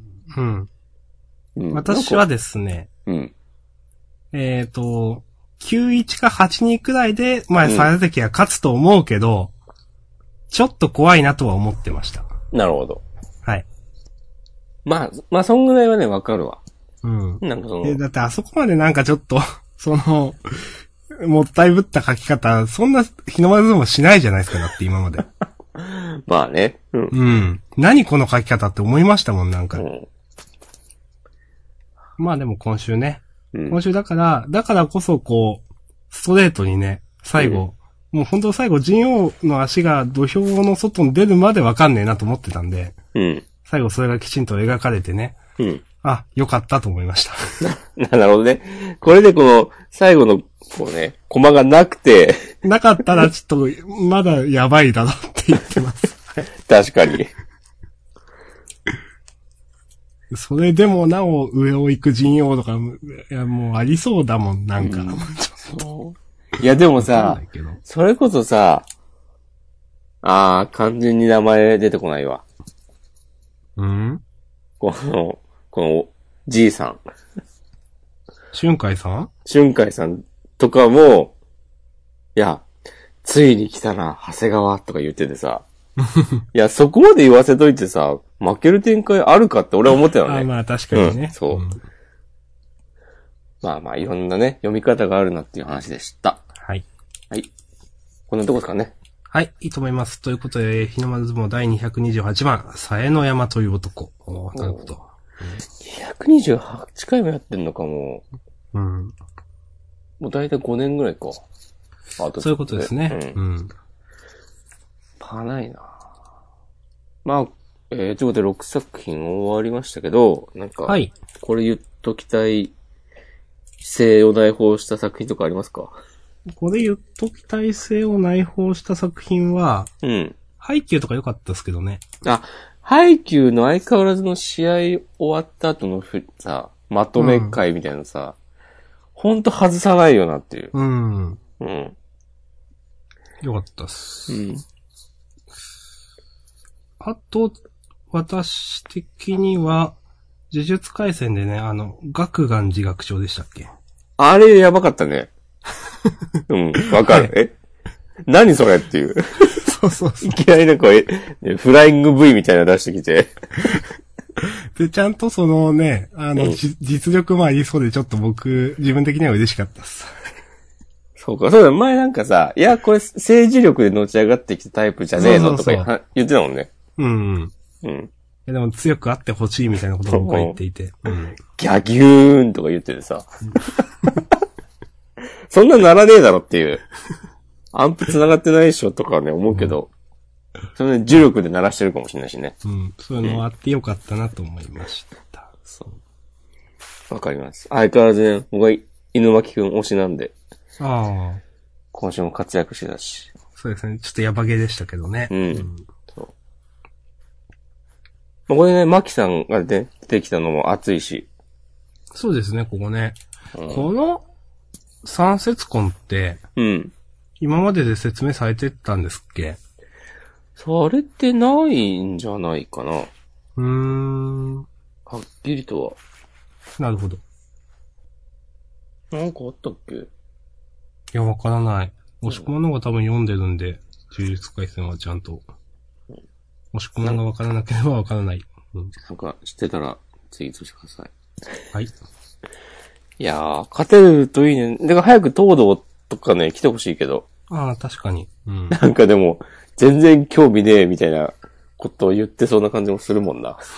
私はですね、91か82くらいで、まあ、佐江関が勝つと思うけど、ちょっと怖いなとは思ってました。 なるほど。 はい。 まあ、そんぐらいはね、わかるわ。 なんかだってあそこまでなんかちょっと、もったいぶった書き方、そんな日の丸相撲しないじゃないですか、だって今まで。 まあね。 何この書き方って思いましたもん、なんか。まあでも今週ね。今週だからこそこう、ストレートにね、最後、もう本当最後神王の足が土俵の外に出るまでわかんねえなと思ってたんで、最後それがきちんと描かれてね、あ、よかったと思いました。 なるほどね。これでこの、最後の、こうね、コマがなくて。 なかったらちょっと、まだやばいだろって言ってます。 確かに。 それでもなお上を行く神王とか、いやもうありそうだもん、なんか。 いやでもさ、それこそさ、完全に名前出てこないわ。この、じいさん。 春海さんとかも、いや、ついに来たな、長谷川とか言っててさ。いや、そこまで言わせといてさ、負ける展開あるかって俺は思ってたのね。 まあ確かにね。 そう。まあいろんなね、読み方があるなっていう話でした。 はい。 こんなとこですかね。 はい、いいと思います。ということで、日の丸相撲第228番、佐江ノ山という男。なるほど。 228回もやってんのかも。もうだいたい5年ぐらいか。 そういうことですね。 パーないな。まあ、ということで6作品終わりましたけど、なんか、これ言っときたい、性を内包した作品とかありますか？ これ言っときたい性を内包した作品は、ハイキューとか良かったですけどね。 ハイキューの相変わらずの試合終わった後のさ、まとめ会みたいなさ、ほんと外さないよなっていう。 うん。 うん。 よかったっす。 うん。 あと、私的には、呪術廻戦でね、楽願寺学長でしたっけ？ あれやばかったね。うん、わかる。はい、何それっていう。 そうそうそう。 いきなりなんか、フライング V みたいなの出してきて。 で、ちゃんとそのね、実力もありそうでちょっと僕、自分的には嬉しかったっす。 そうか、そうだ、前なんかさ、いや、これ政治力でのし上がってきたタイプじゃねえのとか言ってたもんね。 うん。うん。でも強くあってほしいみたいなことを僕は言っていて。うん。 ギャギューンとか言っててさ。そんなならねえだろっていう。アンプ繋がってないでしょとかね、思うけど。それね、重力で鳴らしてるかもしれないしね。 うん。そういうのあってよかったなと思いました。 そう。わかります。相変わらずね、僕は犬巻くん推しなんで。 ああ。 今週も活躍してたし。 そうですね。ちょっとヤバゲーでしたけどね。 うん。そう。これね、マキさんが出てきたのも熱いし。 そうですね、ここね。うん、この三節婚って、 うん。 今までで説明されてたんですっけ？ されてないんじゃないかな。はっきりとは。 なるほど。 なんかあったっけ？いや、わからない。押し込まんのが多分読んでるんで、呪術廻戦はちゃんと。押し込まんがわからなければわからない。 うん、なんか知ってたらツイートしてください。 はい。 いやー、勝てるといいね。だから早く東堂とかね、来てほしいけど。 ああ、確かに。うん。 なんかでも、全然興味ねえみたいなことを言ってそうな感じもするもんな。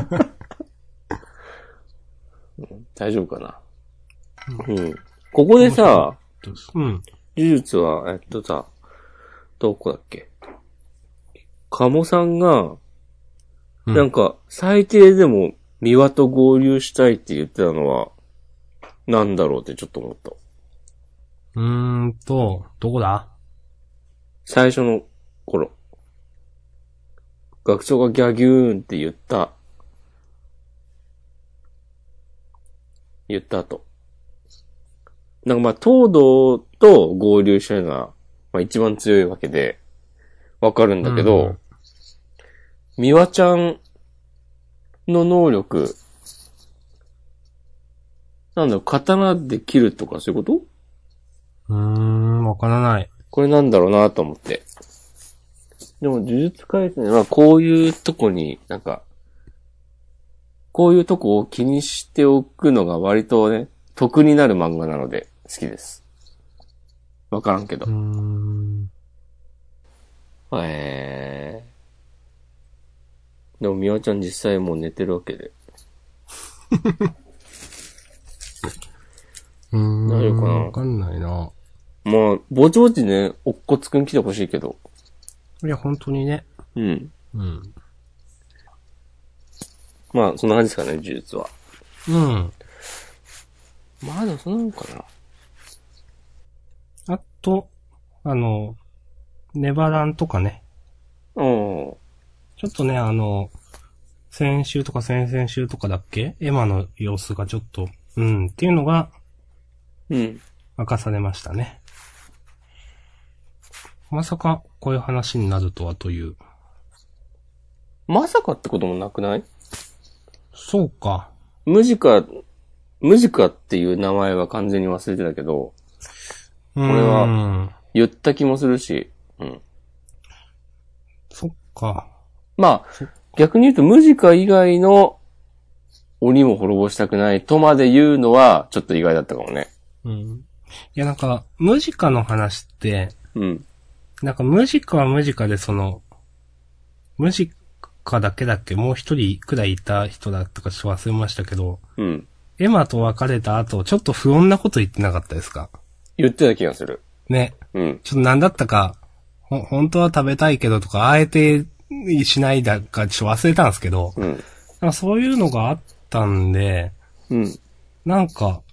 大丈夫かな。うん。ここでさ、 うん。 呪術は、さ、どこだっけ？鴨さんが、なんか、最低でも、三輪と合流したいって言ってたのは、なんだろうってちょっと思った。 どこだ？ 最初の頃。学長がギャギューンって言った後。なんかまあ、東堂と合流したいのが、まあ一番強いわけで、わかるんだけど、三輪ちゃんの能力、なんだろう、刀で切るとかそういうこと？ わからない。 これなんだろうなと思って。でも、呪術廻戦はこういうとこに、なんか、こういうとこを気にしておくのが割とね、得になる漫画なので好きです。わからんけど。でも、みわちゃん実際もう寝てるわけで。大丈夫かな？ わかんないな。 まあ、ぼちぼちね、おっこつくん来てほしいけど。 いや、本当にね。 うん。まあ、そんな感じですかね、呪術は。まあ、でもそんなのかな。あと、ネバランとかね。ちょっとね、先週とか先々週とかだっけ？エマの様子がちょっと、っていうのが、明かされましたね。まさか、こういう話になるとはという。 まさかってこともなくない？ そうか。 ムジカっていう名前は完全に忘れてたけど、これは言った気もするし、 そっか。 まあ、逆に言うとムジカ以外の鬼も滅ぼしたくないとまで言うのはちょっと意外だったかもね。 いやなんか、ムジカの話って、なんかムジカはムジカでムジカだけだっけ？もう一人くらいいた人だったかちょっと忘れましたけど、エマと別れた後、ちょっと不穏なこと言ってなかったですか？ 言ってた気がする。 ね。ちょっと何だったか、本当は食べたいけどとか、あえてしないだかちょっと忘れたんですけど、そういうのがあったんで、なんか、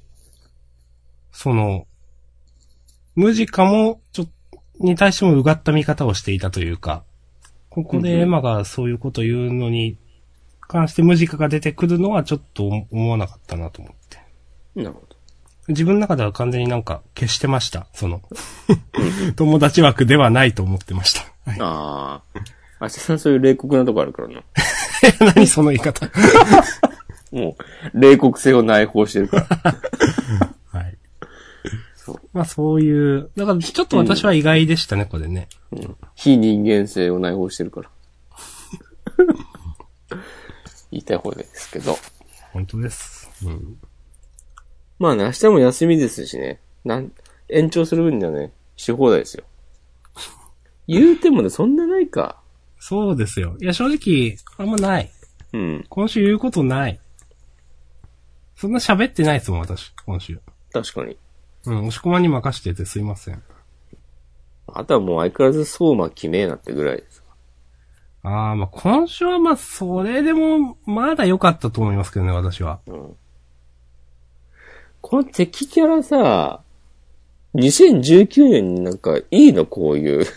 ムジカも、に対してもうがった見方をしていたというか。 ここでエマがそういうこと言うのに関してムジカが出てくるのはちょっと思わなかったなと思って。 なるほど。 自分の中では完全になんか消してました。友達枠ではないと思ってました。はい、 ああ。明日さんそういう冷酷なとこあるからな。 何その言い方。 もう、冷酷性を内包してるから。 はい。そう。まあそういう、だからちょっと私は意外でしたね、これね。 非人間性を内包してるから。言いたい方ですけど。 本当です。 まあね、明日も休みですしね。延長する分にはね、し放題ですよ。言うてもね、そんなないか。 そうですよ。いや、正直、あんまない。今週言うことない。そんな喋ってないですもん、私、今週。 確かに。 押し込まに任しててすいません。 あとはもう相変わらず相馬決めえなってぐらいですか。 まあ今週はまあ、それでも、まだ良かったと思いますけどね、私は。 この敵キャラさ、2019年になんかいいのこういう。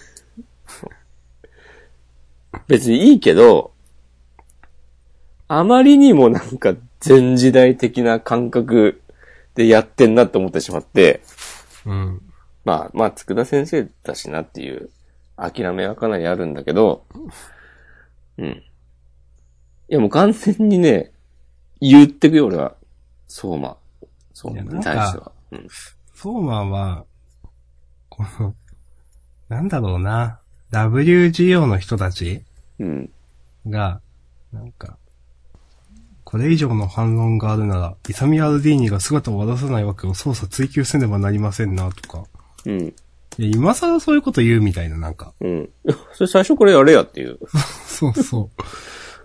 別にいいけど、あまりにもなんか前時代的な感覚でやってんなって思ってしまって、まあ、佃先生だしなっていう諦めはかなりあるんだけど、いやもう完全にね、言ってくよ俺は、相馬に対しては。 相馬は、なんだろうな、WGO の人たちが、なんか、これ以上の反論があるなら、イサミ・アルディーニが姿を現さないわけを捜査追求せねばなりませんな、とか。いや、今更そういうこと言うみたいな、なんか。 それ最初これやれやっていう。 そうそう。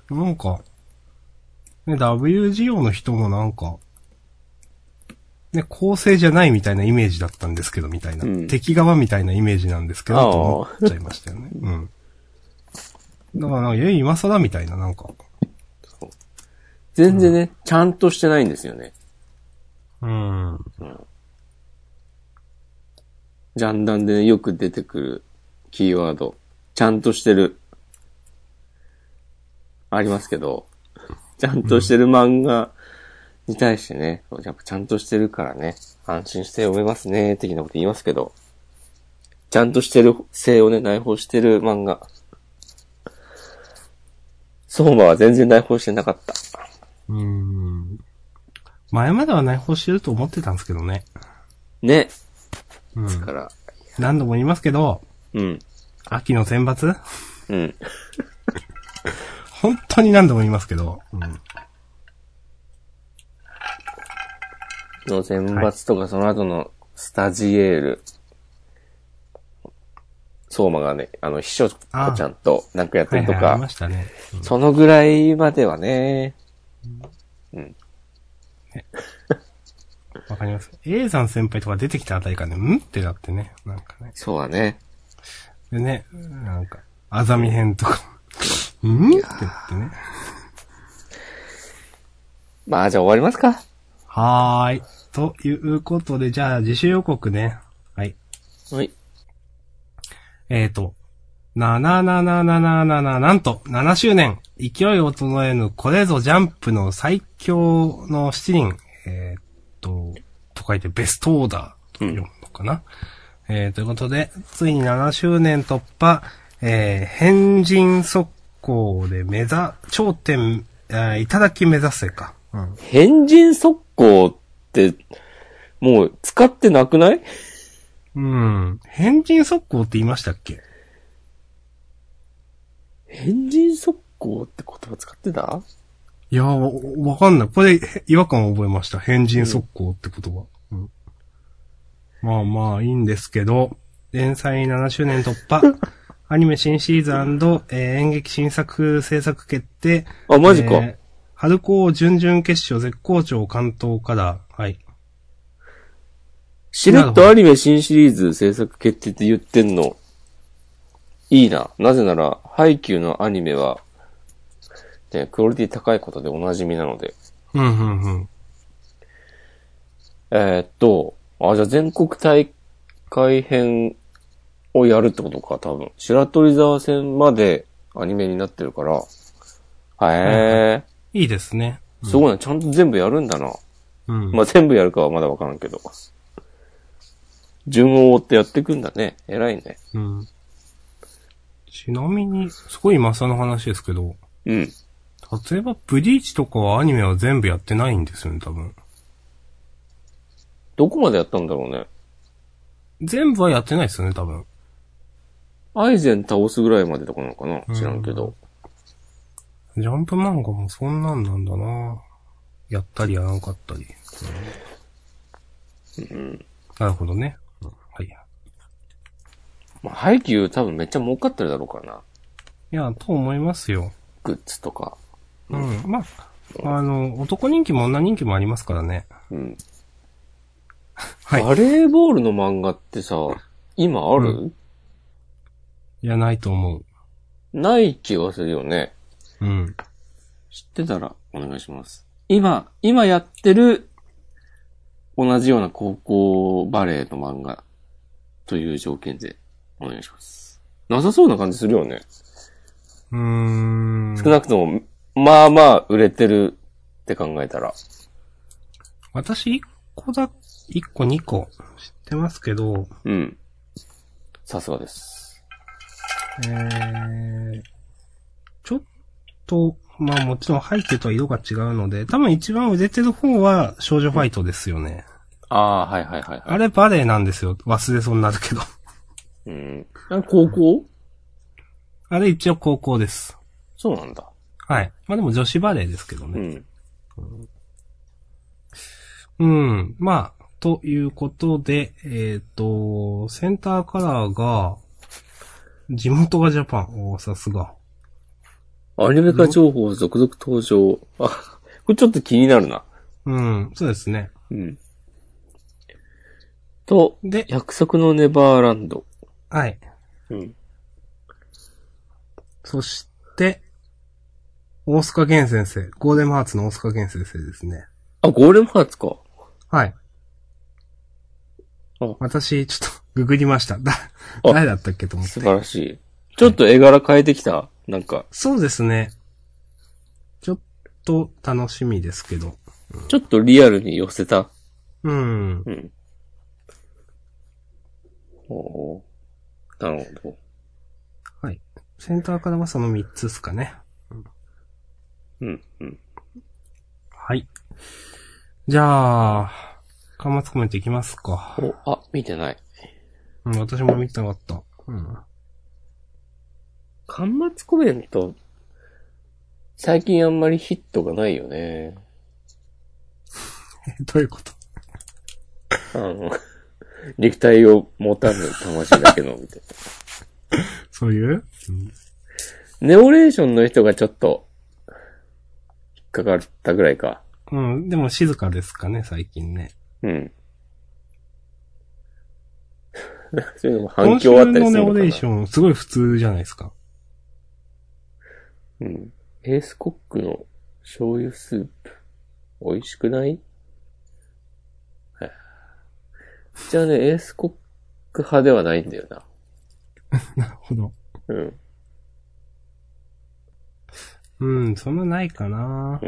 なんか、ね、WGO の人もなんか、ね、公正じゃないみたいなイメージだったんですけど、みたいな。敵側みたいなイメージなんですけど、と思っちゃいましたよね。だから、今更みたいな、なんか。 全然ね、ちゃんとしてないんですよね。ジャンダンで、ね、よく出てくるキーワード、ちゃんとしてる。ありますけど、ちゃんとしてる漫画に対してね、やっぱちゃんとしてるからね、安心して読めますね、的なこと言いますけど、ちゃんとしてる性をね、内包してる漫画。相馬は全然内包してなかった。 前までは内包してると思ってたんですけどね。 ね。ですから。 何度も言いますけど、秋の選抜本当に何度も言いますけど、 の選抜とかその後のスタジエール。相馬がね、秘書子ちゃんとなんかやってるとか。 ありましたね。 そのぐらいまではね。 わかります。A さん先輩とか出てきたあたりからね、ってなってね。なんかね。 そうだね。 でね、なんか、あざみ編とか、って言ってね。 まあ、じゃあ終わりますか。 はーい。ということで、じゃあ、自主予告ね。はい。 はい。 なんと、7周年、勢いを整えぬ、これぞジャンプの最強の7人、と書いてベストオーダーと読むのかな、ということで、ついに7周年突破、変人速攻で頂点、いただき目指せか。 変人速攻って、もう使ってなくない？ 変人速攻って言いましたっけ？ 変人速攻って言葉使ってた？ いやー、わかんない。これ、違和感を覚えました。変人速攻って言葉。まあまあ、いいんですけど、連載7周年突破、アニメ新シリーズ&、演劇新作制作決定。 あ、マジか。 春高準々決勝絶好調関東から、はい。 しれっとアニメ新シリーズ制作決定って言ってんの、いいな。なぜなら、ハイキューのアニメは、ね、クオリティ高いことでおなじみなので。じゃあ全国大会編をやるってことか、多分。白鳥沢戦までアニメになってるから。へいいですね。 すごいね。ちゃんと全部やるんだな。まあ、全部やるかはまだわからんけど。順を追ってやっていくんだね。偉いね。 ちなみに、すごい今更の話ですけど。例えば、ブリーチとかはアニメは全部やってないんですよね、多分。 どこまでやったんだろうね。 全部はやってないですよね、多分。 アイゼン倒すぐらいまでとかなのかな知らんけど。 ジャンプ漫画もそんなんなんだな。やったりやらなかったり。なるほどね。はい。 まあ、ハイキュー多分めっちゃ儲かってるだろうからな。 いや、と思いますよ。 グッズとか。 まあ、男人気も女人気もありますからね。 はい。バレーボールの漫画ってさ、今ある？ いや、ないと思う。 ない気がするよね。知ってたらお願いします。今やってる同じような高校バレーの漫画という条件でお願いします。なさそうな感じするよね。少なくとも、まあまあ売れてるって考えたら。 私1個2個知ってますけど。 さすがです。 ちょっと、まあもちろん背景とは色が違うので、多分一番売れてる方は少女ファイトですよね。 はいはいはい。 あれバレエなんですよ。忘れそうになるけど。 高校？ あれ一応高校です。 そうなんだ。 はい。まあでも女子バレエですけどね。まあ、ということで、センターカラーが、地元がジャパン。さすが。 アニメ化情報続々登場。これちょっと気になるな。 そうですね。 で、約束のネバーランド。 はい。そして、大須賀健先生。ゴーレムハーツの大須賀健先生ですね。 ゴーレムハーツか。 はい。私、ちょっと、ググりました。誰だったっけと思って。 素晴らしい。ちょっと絵柄変えてきた？なんか。 そうですね。ちょっと楽しみですけど。 ちょっとリアルに寄せた。なるほど。 はい。センターからはその3つですかね。はい。じゃあ、端末コメントいきますか。 見てない。 私も見てなかった。 端末コメント、最近あんまりヒットがないよね。 どういうこと？ 肉体を持たぬ魂だけの、みたいな。 そういう？ ネオレーションの人がちょっと、引っかかったぐらいか。 でも静かですかね、最近ね。 そういうのも反響あったりするのかな。 今週のネオレーション、すごい普通じゃないですか。 エースコックの醤油スープ、美味しくない？じゃあね、エースコック派ではないんだよな。 なるほど。そんなないかな。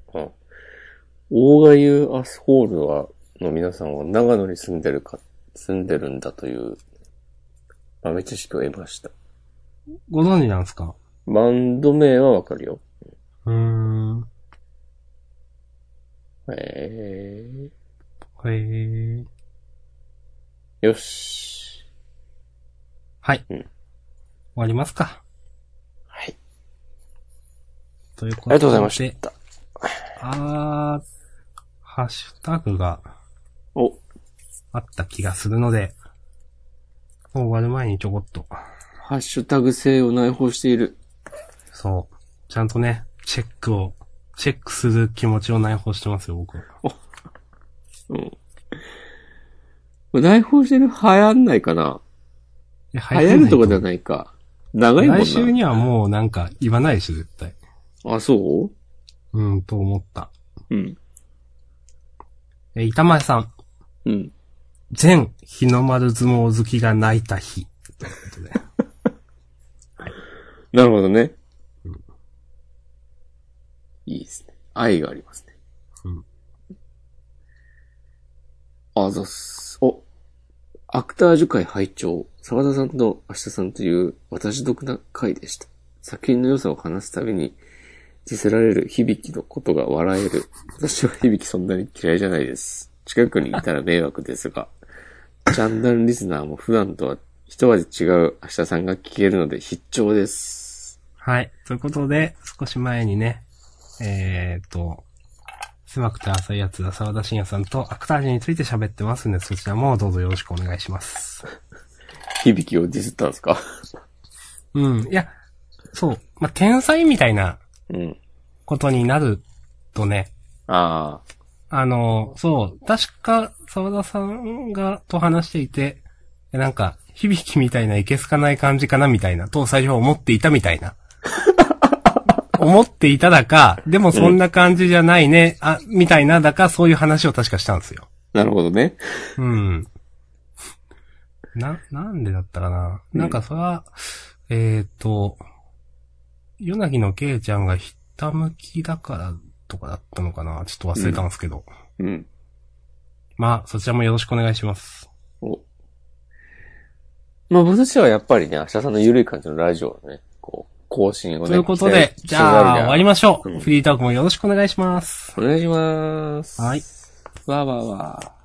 大賀優アスホールの皆さんは長野に住んでるんだという豆知識を得ました。 ご存知なんですか？ バンド名はわかるよ。よし。 はい。終わりますか。 はい。 ということで。 ありがとうございました。 ハッシュタグがあった気がするので、もう終わる前にちょこっと。 ハッシュタグ性を内包している。 そう。ちゃんとね、チェックする気持ちを内包してますよ、僕は。 内包してる流行んないかな？流行るとかじゃないか。長いもんな。 来週にはもうなんか言わないでしょ、絶対。 そう？ と思った。板前さん。全日の丸相撲好きが泣いた日。ということで。 なるほどね。 いいですね。愛がありますね。 うん。 アクタージュ会拝聴。沢田さんと明日さんという私得な会でした。作品の良さを話すたびに、ディスられる響のことが笑える。私は響そんなに嫌いじゃないです。近くにいたら迷惑ですが、ジャンダンリスナーも普段とは一味違う明日さんが聞けるので必聴です。 はい。ということで、少し前にね、狭くて浅いやつだ、沢田信也さんとアクタージュについて喋ってますんで、そちらもどうぞよろしくお願いします。 響をディスったんですか？ うん。いや、そう。まあ、天才みたいな、ことになるとね。 ああ。 そう。確か、沢田さんが、と話していて、なんか、響みたいないけすかない感じかなみたいな、と最初は思っていたみたいな。思っていただか、でもそんな感じじゃないね、みたいな、だか、そういう話を確かしたんですよ。 なるほどね。 うん。なんでだったかな。なんかそれは、ヨナギのケイちゃんがひたむきだからとかだったのかな。ちょっと忘れたんですけど。 うん。 まあ、そちらもよろしくお願いします。 まあ僕としてはやっぱりね、明日さんの緩い感じのラジオをね、こう、更新をね。 ということで、じゃあ、終わりましょう。フリートークもよろしくお願いします。 お願いします。 はい。 わーわーわー。